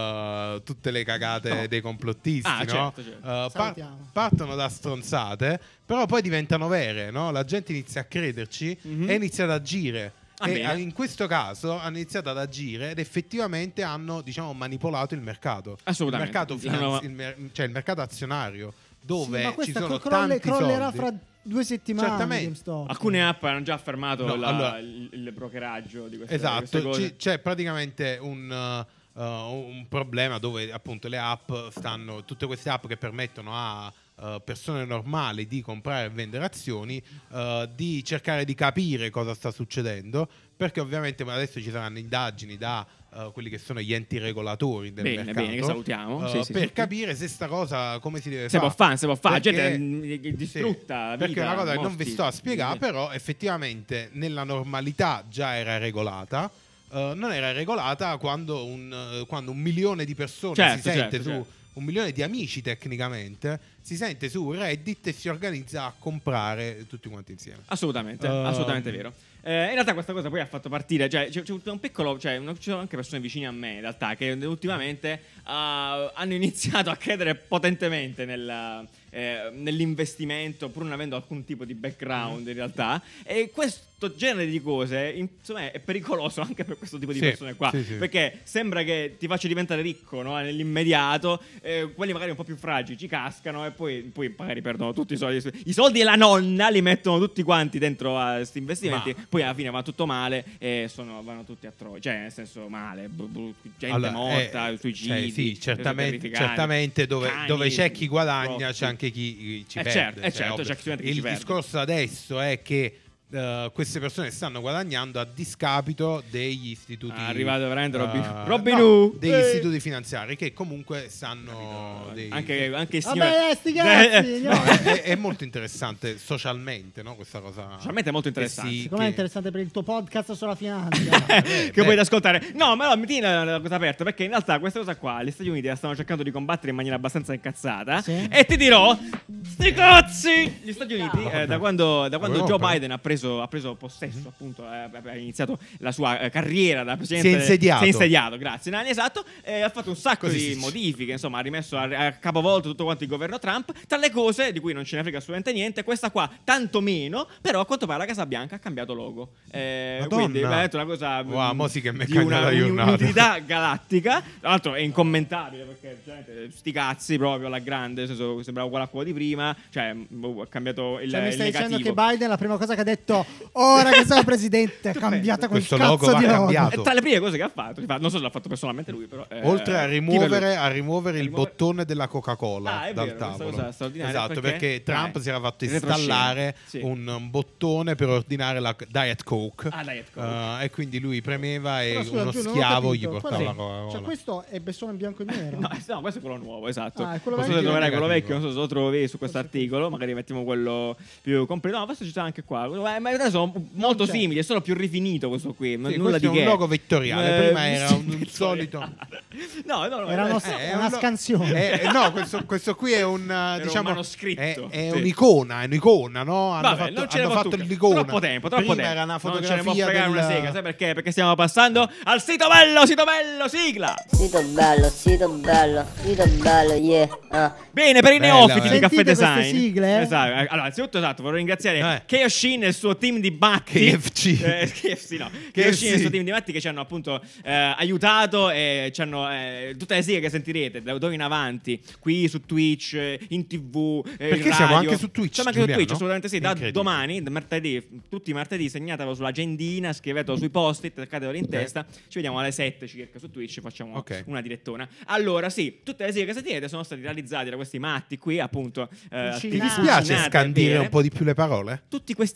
uh, tutte le cagate No. dei complottisti, Ah, no? certo, certo. Uh, par- Salutiamo. partono da stronzate, però poi diventano vere, no? La gente inizia a crederci Mhm. e inizia ad agire. Ah, e bene. in questo caso hanno iniziato ad agire ed effettivamente hanno, diciamo, manipolato il mercato. Assolutamente. Il mercato, finanzi- Hanno- il mer- cioè il mercato azionario, dove Sì, ma ci questa sono crolle- tanti crollerà soldi. fra due settimane. Certamente. GameStop. Alcune app hanno già fermato No, la- allora- il, il brokeraggio di queste, di Esatto, queste cose. ci- c'è praticamente un, uh, un problema dove appunto le app stanno, tutte queste app che permettono a uh, persone normali di comprare e vendere azioni, uh, di cercare di capire cosa sta succedendo, perché ovviamente adesso ci saranno indagini da uh, quelli che sono gli enti regolatori del Bene, mercato, bene, che salutiamo. uh, Sì, sì, per sì. capire se sta cosa come si deve Se fare. può fare, se può fare, Perché- gente mm, distrutta, sì, vita, perché è una cosa che non vi morti. sto a spiegare, Sì. però effettivamente nella normalità già era regolata. Uh, non era regolata quando un, uh, quando un milione di persone Certo, si sente certo, su certo. un milione di amici tecnicamente si sente su Reddit e si organizza a comprare tutti quanti insieme. Assolutamente, Um, assolutamente vero. Eh, in realtà questa cosa poi ha fatto partire, cioè c'è, c'è un piccolo, cioè una- ci sono anche persone vicine a me in realtà che ultimamente uh, hanno iniziato a credere potentemente nel, eh, nell'investimento pur non avendo alcun tipo di background in realtà, e questo genere di cose insomma è pericoloso anche per questo tipo di Sì, persone qua, sì, sì. perché sembra che ti faccia diventare ricco, no? Nell'immediato, eh, quelli magari un po' più fragili ci cascano e poi, poi magari perdono tutti i soldi. I soldi della nonna li mettono tutti quanti dentro a questi investimenti, Ma- poi alla fine va tutto male e sono, vanno tutti a troia, cioè nel senso male, bu- bu- gente Allora, morta, eh, suicidi, cioè, sì, cose certamente, terrificanti, certamente dove, cani, dove c'è chi guadagna troppi. c'è anche chi ci Eh, perde. certo, eh, certo, ovvio. c'è chi- chi Il ci perde. discorso adesso è che uh, queste persone stanno guadagnando a discapito degli istituti. Ah, è arrivato veramente Robin- uh, Robin no, Hood. degli Eh. istituti finanziari che comunque stanno dei- anche, anche il Vabbè, signore- sti cazzi, Eh, no. No, è, è- è molto interessante socialmente, no? Questa cosa. Socialmente è molto che interessante. si- Secondo me è che- interessante per il tuo podcast sulla finanza. che beh. puoi ascoltare. No, ma no, mi tieni la, la cosa aperta, perché in realtà questa cosa qua gli Stati Uniti la stanno cercando di combattere in maniera abbastanza incazzata. Sì. E ti dirò, sti cazzi! Gli Stati Uniti, eh, da quando, da quando Avevo Joe però- Biden ha preso, ha preso possesso, appunto, eh, ha iniziato la sua eh, carriera da presidente. Si è insediato. Si è insediato, grazie Nani, esatto. eh, ha fatto un sacco Così di si dice. modifiche, insomma, ha rimesso a, a capovolto tutto quanto il governo Trump. Tra le cose di cui non ce ne frega assolutamente niente, questa qua tanto meno, però a quanto pare la Casa Bianca ha cambiato logo. Eh, Madonna. quindi veramente una cosa Wow, mm, mo sì che mi è di cambiata una, la un- giornata. un'utilità galattica. Tra l'altro è incommentabile perché veramente, sti cazzi proprio alla grande, nel senso, sembrava uguale a quello di prima, cioè boh, ha cambiato il, Cioè, mi il stai dicendo negativo. che Biden la prima cosa che ha detto ora che sono presidente ha cambiato quel Questo logo cazzo va di logo. cambiato. È tra le prime cose che ha fatto, infatti, non so se l'ha fatto personalmente lui, però eh, Oltre a chi per rimuovere, lui? a rimuovere il rimuovere- bottone della Coca-Cola Ah, è dal vero, questa tavolo. cosa straordinaria, Esatto, perché- perché, Trump Dai, si era fatto il retroscena. installare Sì. un, un bottone per ordinare la Diet Coke. Ah, Diet Coke. Uh, e quindi lui premeva e Però, scusa, uno Giulio, non ho schiavo gli capito. portava Qual la è? Coca-Cola. Cioè, questo è solo in bianco e nero. No, eh, no, questo è quello nuovo, esatto. Ah, è quello non so se vecchio. troverai quello Negativo. vecchio, non so se lo trovi su questo articolo, magari mettiamo quello più completo. No, questo ci sta anche qua. Eh, ma in realtà sono molto c'è. simili, è solo più rifinito questo qui. Sì, nulla questo di è un che. logo vittoriale, Eh, prima era sì, un vittoriale. solito- No, no, no, Era uno- eh, è una un lo- scansione. Eh, no, questo, questo qui è un uh, un diciamo manoscritto, è, è sì. un'icona, è un'icona, no? Hanno Vabbè, fatto, non ce ne hanno può fatto tu- l'icona. Troppo tempo, troppo Prima tempo. era una Non ce ne può fotografia fregare del una sega, sai perché? Perché stiamo passando al sito bello, sito bello, sigla. Sito bello, sito bello, sito bello, yeah. Ah. Bene, per i Bella, neofiti eh. di Caffè Sentite queste Design. sigle? Esatto. Allora, innanzitutto, esatto, vorrei ringraziare Eh. Keyoshin e il suo team di matti. K F C. Eh, K F C no. K F C. Keyoshin e il suo team di matti che ci hanno appunto eh, aiutato e ci hanno eh, tutte le sigle che sentirete da d'ora in avanti qui su Twitch, eh, in TV, eh, Perché in siamo radio. anche su Twitch, Siamo anche su Giuliano? Twitch, assolutamente sì. Da Incredibile. domani, da martedì, tutti i martedì, segnatelo sull'agendina, scrivetelo sui post-it, attaccatelo in Ok. testa. Ci vediamo alle sette circa su Twitch, facciamo Ok. una direttona. Allora, sì, tutte le sigle che sentirete sono state realizzate da questi matti qui, appunto. eh, Ti Ti Nah, dispiace allucinate, scandire vere. un po' di più le parole? Tutti questi Grazie. matti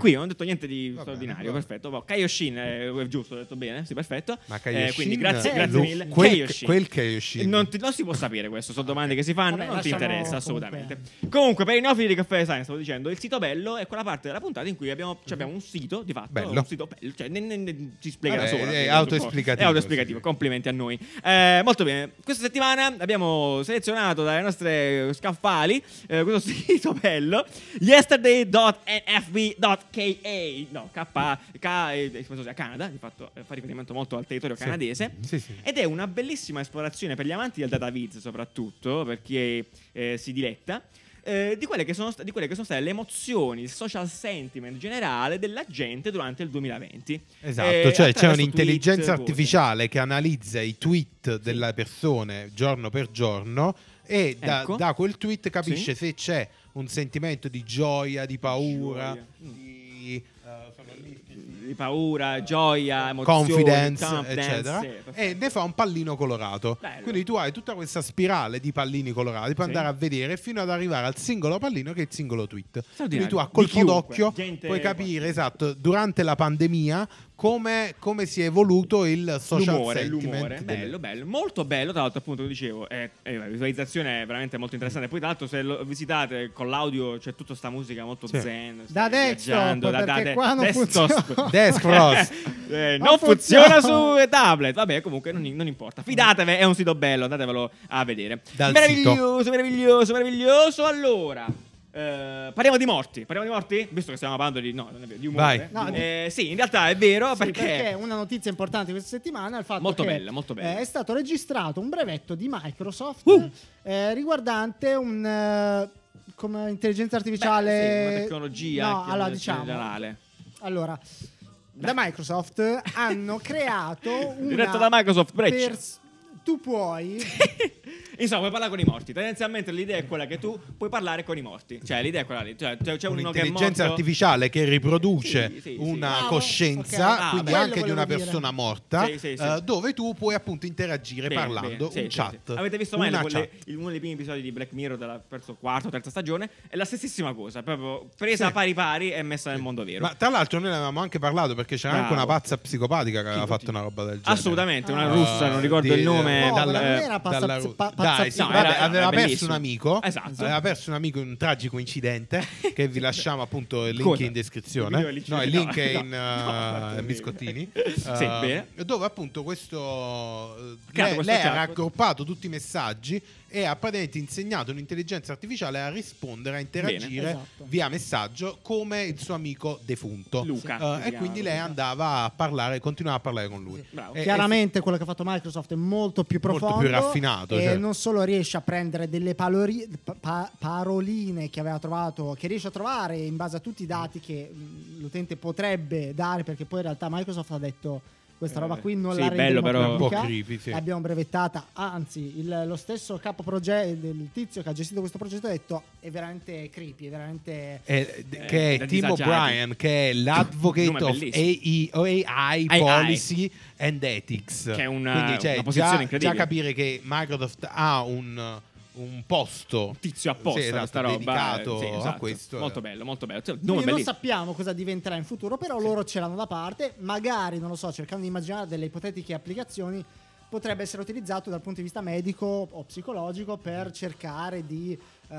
qui, non ho detto niente di Va straordinario, bene, perfetto. Boh, Kaioshin, eh, è giusto, ho detto bene, sì, perfetto. Ma Eh, Kaioshin, quindi grazie, eh, grazie lo- mille. quel, Kaioshin. quel Kaioshin. Non, ti- non si può sapere questo, sono domande che si fanno, Vabbè, non ti lasciamo interessa comunque. assolutamente. Comunque, per i neofiti di Caffè Design, stavo dicendo, il sito bello è quella parte della puntata in cui abbiamo, cioè abbiamo un sito, di fatto, Bello. un sito bello, cioè ne, ne, ne- ci spiega Vabbè, da sola. è quindi, autoesplicativo, È autoesplicativo, sì. complimenti a noi. Eh, molto bene, questa settimana abbiamo selezionato dalle nostre scaffali eh, questo sito bello, yesterday dot n f b dot k a, no, K, K eh, penso sia Canada, di fatto eh, fa riferimento molto al territorio Sì. canadese. Sì, sì. Ed è una bellissima esplorazione per gli amanti del dataviz, soprattutto per chi eh, si diletta, eh, di, quelle che sono sta- di quelle che sono state le emozioni, il social sentiment generale della gente durante il duemilaventi. Esatto, Eh, cioè c'è attraverso un'intelligenza tweet, artificiale che analizza i tweet delle persone giorno per giorno e da, Ecco. da quel tweet capisce Sì. se c'è un sentimento di gioia, di paura, Gioia. di, eh, sono lì, di paura, gioia, emozioni, confidence, confidence, eccetera, sì, perfetto. e ne fa un pallino colorato. Bello. Quindi tu hai tutta questa spirale di pallini colorati, puoi Sì. andare a vedere fino ad arrivare al singolo pallino che è il singolo tweet. Straordinario. Quindi tu a Di colpo chiunque, d'occhio gente puoi capire, qualsiasi. esatto, durante la pandemia come, come si è evoluto il social L'umore, sentiment. l'umore, del- bello, bello, molto bello. Tra l'altro, appunto, lo dicevo, è, è la visualizzazione è veramente molto interessante. Poi, tra l'altro, se lo visitate con l'audio, c'è tutta sta musica molto Sì. zen. Da stai desktop, viaggiando, perché de- qua non desktop. funziona. Desk Frost. Eh, Non non funziona funziona. su tablet. Vabbè, comunque non, non importa. Fidatevi, è un sito bello, andatevelo a vedere. Dal meraviglioso, meraviglioso, meraviglioso. Allora, eh, parliamo di morti. Parliamo di morti? Visto che stiamo parlando di, no, non è vero, di umore. Vai. No, Eh, sì, in realtà è vero Sì, perché, perché una notizia importante questa settimana è il fatto Molto che bella, molto bella. eh, è stato registrato un brevetto di Microsoft Uh! eh, riguardante un eh, come intelligenza artificiale, beh, sì, una tecnologia no, che allora in diciamo generale. allora da Microsoft hanno creato una Diretto da Microsoft, Breccia. pers- tu puoi Insomma, puoi parlare con i morti. Tendenzialmente l'idea è quella che tu puoi parlare con i morti. Cioè, l'idea è quella lì. Cioè, c'è, c'è uno che è Un'intelligenza morto. artificiale che riproduce Sì, sì, sì. una Bravo, coscienza, ok. Ah, quindi bello anche di una volevo persona dire. morta, Sì, sì, sì. eh, dove tu puoi appunto interagire Bene, parlando, bene. Sì, un sì, chat. sì. Avete visto mai una le- chat. il- uno dei primi episodi di Black Mirror della perso quarta o terza stagione? È la stessissima cosa, proprio presa Sì. pari pari e messa nel mondo vero. Ma tra l'altro noi ne avevamo anche parlato perché c'era anche Bravo. una pazza psicopatica che aveva Chi- fatto chi- una roba del genere. Assolutamente, una Ah. russa, non ricordo Di- il nome. No, dal- non eh, era pazza- dalla- pa- pazza Dai, sì, No, vabbè, era- aveva era perso bellissimo. un amico. Esatto. Aveva perso un amico in un tragico incidente che vi lasciamo appunto il link Cosa? in Il descrizione. video lì- No, il no, link è no, in no, uh, biscottini. Sì, Uh, bene. Dove appunto questo eh, Creato lei, questo lei ha chat. raggruppato tutti i messaggi e ha praticamente insegnato un'intelligenza artificiale a rispondere, a interagire Bene. Esatto. via messaggio come il suo amico defunto. Luca, Uh, si e chiama quindi Luca. lei andava a parlare, continuava a parlare con lui. Bravo. E- chiaramente quello che ha fatto Microsoft è molto più Molto profondo più raffinato, e cioè. non solo riesce a prendere delle palori- pa- pa- paroline che aveva trovato, che riesce a trovare in base a tutti i dati che mh, l'utente potrebbe dare, perché poi in realtà Microsoft ha detto questa Eh, roba qui non sì, la bello, rendiamo però- un po' pubblica, creepy, sì. l'abbiamo brevettata, anzi il- lo stesso capo progetto del tizio che ha gestito questo progetto ha detto è veramente creepy, è veramente Eh, d- Eh, che è da Tim disagiati. O'Brien, che è l'advocate Nome of bellissimo. A I, A I A I. Policy and Ethics. Che è una- Quindi, cioè, una posizione già, incredibile. già capire che Microsoft ha un, un posto Un tizio apposta sì, esatto, questa roba dedicato eh, sì, a esatto. questo. Molto bello, molto bello. Cioè, nome Quindi non bellissimo. sappiamo cosa diventerà in futuro, però loro ce l'hanno da parte, magari, non lo so, cercando di immaginare delle ipotetiche applicazioni, potrebbe essere utilizzato dal punto di vista medico o psicologico per cercare di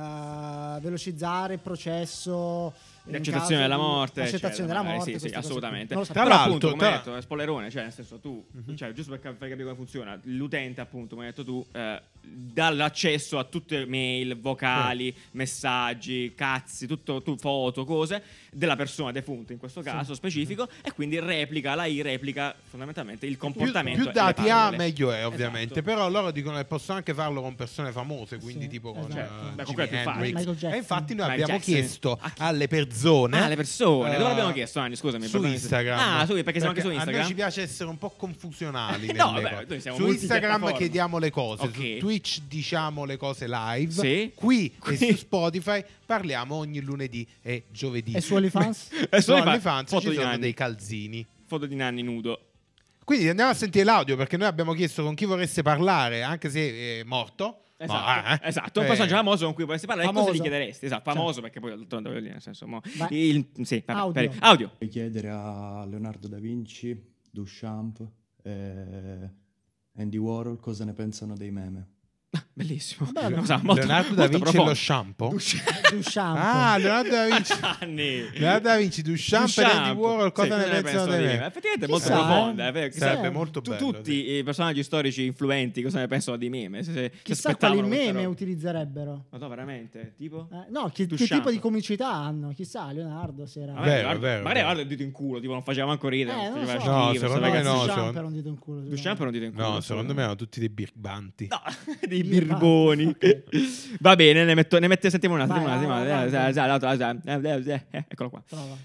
eh, velocizzare il processo Di in accettazione caso della di- morte, accettazione eccetera, della magari, morte, sì, sì, queste cose qui. assolutamente. Non lo Tra Però l'altro, appunto, come tra- hai detto, è spoilerone, cioè nel senso tu, cioè giusto per, cap- per capire come funziona, l'utente appunto, come hai detto tu, eh, dà l'accesso a tutte le mail, vocali, messaggi, cazzi, tutto, tu, foto, cose della persona defunta in questo caso specifico, e quindi replica, la I replica fondamentalmente il più, comportamento. più e le dati ha parole. meglio è ovviamente. Esatto. Però loro dicono che possono anche farlo con persone famose, quindi Sì, tipo con esatto. eh, Beh, con Jimi quello è più facile. Hendrix. Michael Jackson. E infatti noi Michael abbiamo Jackson. chiesto A chi? alle persone Ah, le persone. Dove eh, l'abbiamo chiesto, Anni? Scusami. su perdonami se- Instagram. Ah, su, perché siamo anche su A Instagram. noi ci piace essere un po' confusionali. No, nelle vabbè, cose. noi siamo Su Instagram multipiattaforma. chiediamo le cose, Ok. su Twitch diciamo le cose live. Sì. Qui, Qui. e su Spotify parliamo ogni lunedì e giovedì. E su OnlyFans? E Su solo fa- OnlyFans foto ci di sono Nanni. dei calzini. Foto di Nanni nudo. Quindi andiamo a sentire l'audio perché noi abbiamo chiesto con chi vorreste parlare, anche se è morto. Esatto, Ma, eh? esatto, un Eh. personaggio famoso con cui potresti parlare. Famoso. Cosa gli chiederesti? Esatto, famoso Cioè. perché poi d'altronde voglio dire, nel senso, mo, Vai. il, sì, vabbè, Audio. per- audio. Vorrei chiedere a Leonardo da Vinci, Duchamp e Andy Warhol cosa ne pensano dei meme. Bellissimo. Bello. Cosa molto- Leonardo da molto Vinci e profondo. lo shampoo? Duchamp. Ah, Leonardo da Vinci. Anni. Leonardo da Vinci, Duchamp e Andy Warhol, cosa Sì, ne pensano di me? Effettivamente è Chissà, molto profonda. eh. eh, chissà- Sarebbe molto tu- bello. Tutti sì. i personaggi storici influenti cosa ne pensano di meme? Se, se, se Chissà aspettavano quali questa meme roba. utilizzerebbero. Ma no, veramente? Tipo? Eh, no, che, che Duchamp. tipo di comicità hanno? Chissà, Leonardo si era... Vabbè, Vero, guarda- vero, magari vero. guarda il dito in culo, tipo non faceva manco ridere. Eh, non faceva lo so. No, schifo, secondo stava- me no, Duchamp secondo- era un dito in culo. Duchamp era un dito in culo. No, secondo me erano tutti dei birbanti. No, dei Birbani, birboni. ok. Va bene, ne metto, ne metti, sentiamo una, Vai, sentiamo una, vai, sentiamo vai, una. vai. Eh, esatto, esatto, eh, eh, Eccolo qua. Prova.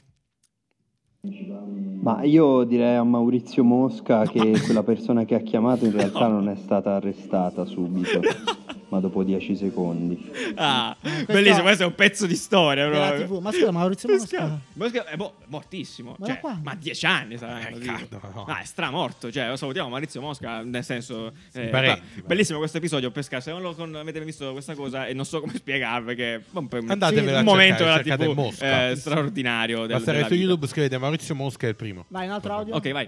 Ma io direi a Maurizio Mosca che quella persona che ha chiamato in realtà non è stata arrestata subito, ma dopo dieci secondi. Ah, questo- bellissimo, questo è un pezzo di storia. Della proprio. tivù. Ma scusa, Maurizio Mosca... Mosca è mo- mortissimo. Ma Cioè, da quando? ma dieci anni sarà. Eh, così. cazzo, no. Ah, è stramorto. Cioè, lo salutiamo Maurizio Mosca. Nel senso, eh, parenti, fa- ma- bellissimo questo episodio. Pesca, se non lo con- avete visto questa cosa e non so come spiegarvi, che è un, po' un- Andatevela un a momento cercare, della cercate tivù Mosca. eh, straordinario. Del, Basta che della su vita. YouTube scrivete Maurizio Mosca è il primo. Vai, un altro audio. Ok, vai.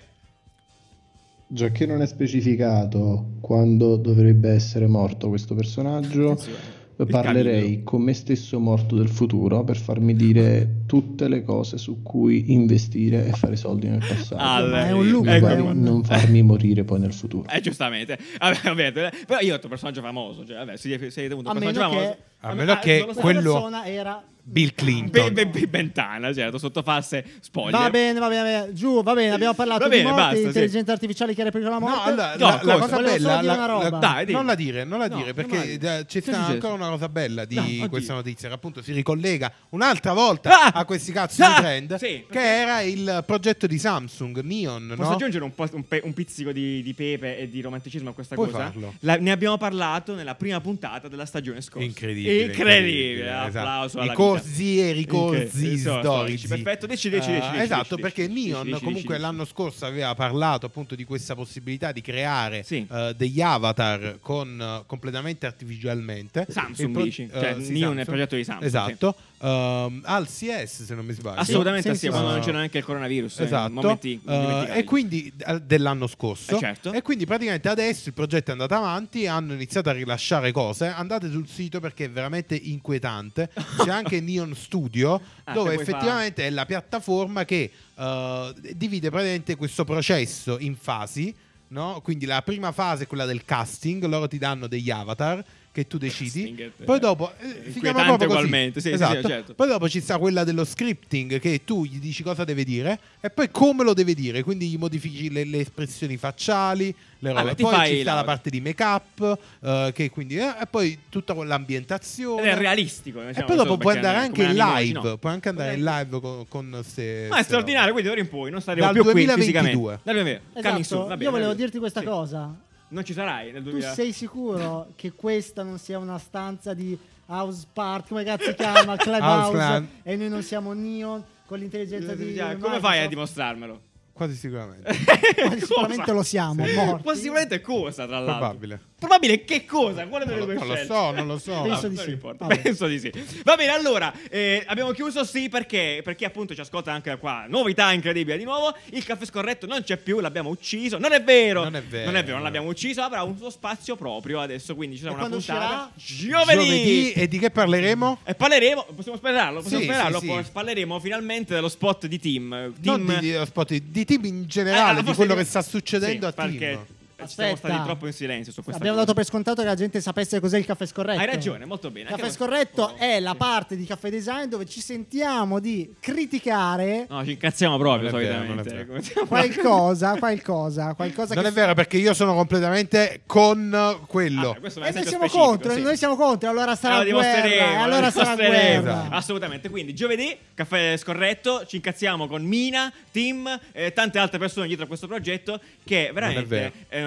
Giacché non è specificato quando dovrebbe essere morto questo personaggio, Attenzione. parlerei Il con me stesso morto del futuro per farmi dire tutte le cose su cui investire e fare soldi nel passato. Ah, Ma è un loop, E ecco. magari è un- non farmi morire poi nel futuro. Eh, giustamente. Vabbè, ovviamente. Però io ho detto personaggio famoso. Cioè, vabbè, se sei tenuto A un meno personaggio famoso. che... A meno che non lo so. Questa quello persona era... Bill Clinton. Be- be- be- Bentana, certo, sotto false spoiler. Va bene, va bene, va bene. Giù, va bene, abbiamo parlato Va bene, di morte, basta, di sì. intelligenza artificiale che replica la morte. No, allora, No, la, la cosa? cosa Volevo bella, solo dire la- una la- roba. Dai, dimmi. non la dire, non la No, dire, non perché vai. eh, c'è Che è stata successo? ancora una cosa bella di No, oddio. questa notizia, che appunto si ricollega un'altra volta Ah! a questi cazzo Ah! di trend, Sì, che perché- era il progetto di Samsung, Neon, Posso no? aggiungere un, po', un, pe- un pizzico di, di pepe e di romanticismo a questa Puoi cosa? farlo. La- ne abbiamo parlato nella prima puntata della stagione scorsa. Incredibile, Incredibile. esatto. Applauso alla I corsi e i vita. ricorsi Incredibile. Sì, storici. Perfetto, dici, dici, dici, Eh, dici, esatto, dici, perché dici, Neon dici, dici, comunque dici. l'anno scorso aveva parlato appunto di questa possibilità di creare Sì. eh, degli avatar con eh, completamente artificialmente. Samsung, Il pro- dici? eh, Cioè, sì, Neon è il progetto di Samsung, Esatto. Ehm, al C S, se non mi sbaglio. Assolutamente Sì, sì, sì, quando sì. non c'era neanche il coronavirus. eh, Esatto. momenti Eh, indimenticabili. e quindi eh, dell'anno scorso. Eh, certo. E quindi praticamente adesso il progetto è andato avanti, hanno iniziato a rilasciare cose. Andate sul sito perché è veramente inquietante. C'è anche Neon Studio, Ah, dove che poi fa- effettivamente è la piattaforma che eh, divide praticamente questo processo in fasi. No? Quindi la prima fase è quella del casting, loro ti danno degli avatar che tu decidi. Casting, eh, Poi dopo eh, si inquietante chiama proprio così. ugualmente, sì, sì, esatto. sì, certo. Poi dopo ci sta quella dello scripting, che tu gli dici cosa deve dire e poi come lo deve dire, quindi gli modifichi le, le espressioni facciali, le Ah, robe. beh, ti Poi fai ci sta la- la parte di make up, che quindi eh, e poi tutta l'ambientazione. Ed è realistico. E diciamo, poi dopo solo puoi perché andare è anche come in anime live, oggi, no. puoi anche andare in Vabbè. live con, con ste, Ma è ste straordinario, quindi d'ora in poi non staremo Dal più qui duemilaventidue. fisicamente. Dal duemilaventidue. Coming soon, Esatto, va bene, io volevo va bene. dirti questa Sì. cosa. Non ci sarai nel Tu duemila. sei sicuro che questa non sia una stanza di House Party, come cazzo si chiama? Clubhouse, Clan. e noi non siamo Neon con l'intelligenza di Come Microsoft? fai a dimostrarmelo? Quasi sicuramente. Ma sicuramente lo siamo, morti. Possibilmente cosa, tra l'altro? Probabile. Probabile che cosa? Quale delle Non due lo, non lo scelte? so, non lo so. Penso Ah, di non sì. importa. Vabbè. Penso di sì. Va bene, allora, eh, abbiamo chiuso sì perché? Perché appunto ci ascolta anche da qua. Novità incredibile di nuovo. Il caffè scorretto non c'è più, l'abbiamo ucciso. Non è vero. Non è vero. Non è vero, non l'abbiamo ucciso. Avrà un suo spazio proprio adesso. Quindi ci sarà E una quando puntata. uscirà? Giovedì. Giovedì. E di che parleremo? E parleremo, possiamo spoilerarlo? Possiamo Sì, spoilerarlo? sì, Poi sì. parleremo finalmente dello spot di Team. Non Team di, di, spot, di team in generale, Eh, di forse quello di- che sta succedendo sì, a perché team. ci siamo Aspetta. stati troppo in silenzio su questa Abbiamo cosa. dato per scontato che la gente sapesse cos'è il caffè scorretto. Hai ragione, molto bene. Il caffè Anche- scorretto Oh, è la sì. parte di Caffè Design dove ci sentiamo di criticare No, ci incazziamo proprio Non è vero, solitamente. non è vero. Come siamo- qualcosa, qualcosa, qualcosa Non che è vero perché io sono completamente con quello. Ah, questo è un E noi esempio siamo specifico, contro, sì. noi siamo contro, allora sarà Allora guerra, dimostreremo, e allora sarà dimostreremo. guerra. Assolutamente. Quindi giovedì, caffè scorretto, ci incazziamo con Mina, Tim e tante altre persone dietro a questo progetto che veramente vero. eh,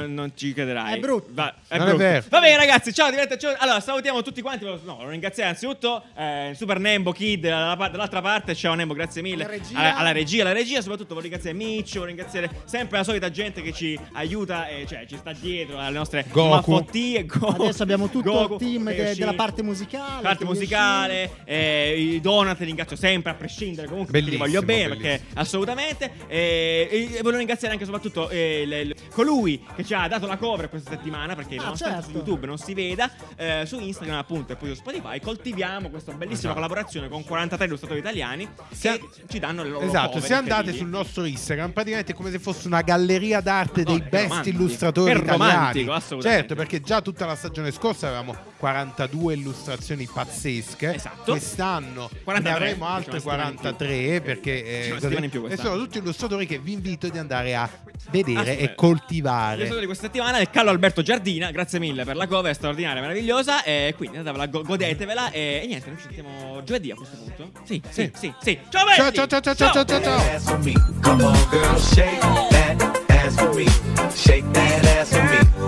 non, non ci crederai. È brutto. Va, è Non è brutto. vero. Va bene, ragazzi, ciao, divertente. Ciao. Allora, salutiamo tutti quanti. No, lo ringraziamo innanzitutto. Eh, Super Nembo Kid dalla par- dall'altra parte. Ciao Nembo, grazie mille. Alla regia. Alla, alla regia, alla regia. Soprattutto voglio ringraziare Mitch, voglio ringraziare sempre la solita gente che ci aiuta e cioè ci sta dietro alle nostre Goku. maffottie. Goku. Adesso abbiamo tutto Goku, il team che è de- uscito. della parte musicale. Parte che musicale, eh, i donut li ringrazio sempre a prescindere, comunque perché li Bellissimo, voglio bene bellissimo. perché assolutamente eh, e voglio ringraziare anche soprattutto eh, il- il- colui che ci ha dato la cover questa settimana perché Ah, nonostante certo. su YouTube non si veda, eh, su Instagram appunto e poi su Spotify coltiviamo questa bellissima Esatto. collaborazione con quarantatré illustratori italiani Se- che ci danno le loro Esatto, cover se andate incredibili. sul nostro Instagram, praticamente è come se fosse una galleria d'arte Madonna, dei che best romantico. illustratori Che italiani. romantico, assolutamente. Certo, perché già tutta la stagione scorsa avevamo quarantadue illustrazioni pazzesche. Esatto. Quest'anno ne quarantatré, avremo altre c'è una settimana in più. quarantatré perché C'è eh, una così- settimana in più e quest'anno. sono tutti illustratori che vi invito di andare a vedere Assolutamente. e coltivare. L'illustratori di questa settimana è il Carlo Alberto Giardina, grazie mille per la cover straordinaria, meravigliosa. E quindi andatevela, go- godetevela. E, e niente, noi ci sentiamo giovedì a questo punto. Sì, sì, sì, sì. Ciao, belli! Ciao ciao ciao ciao ciao ciao ciao. Ass for me. Come on, girl, shake that ass for me. Shake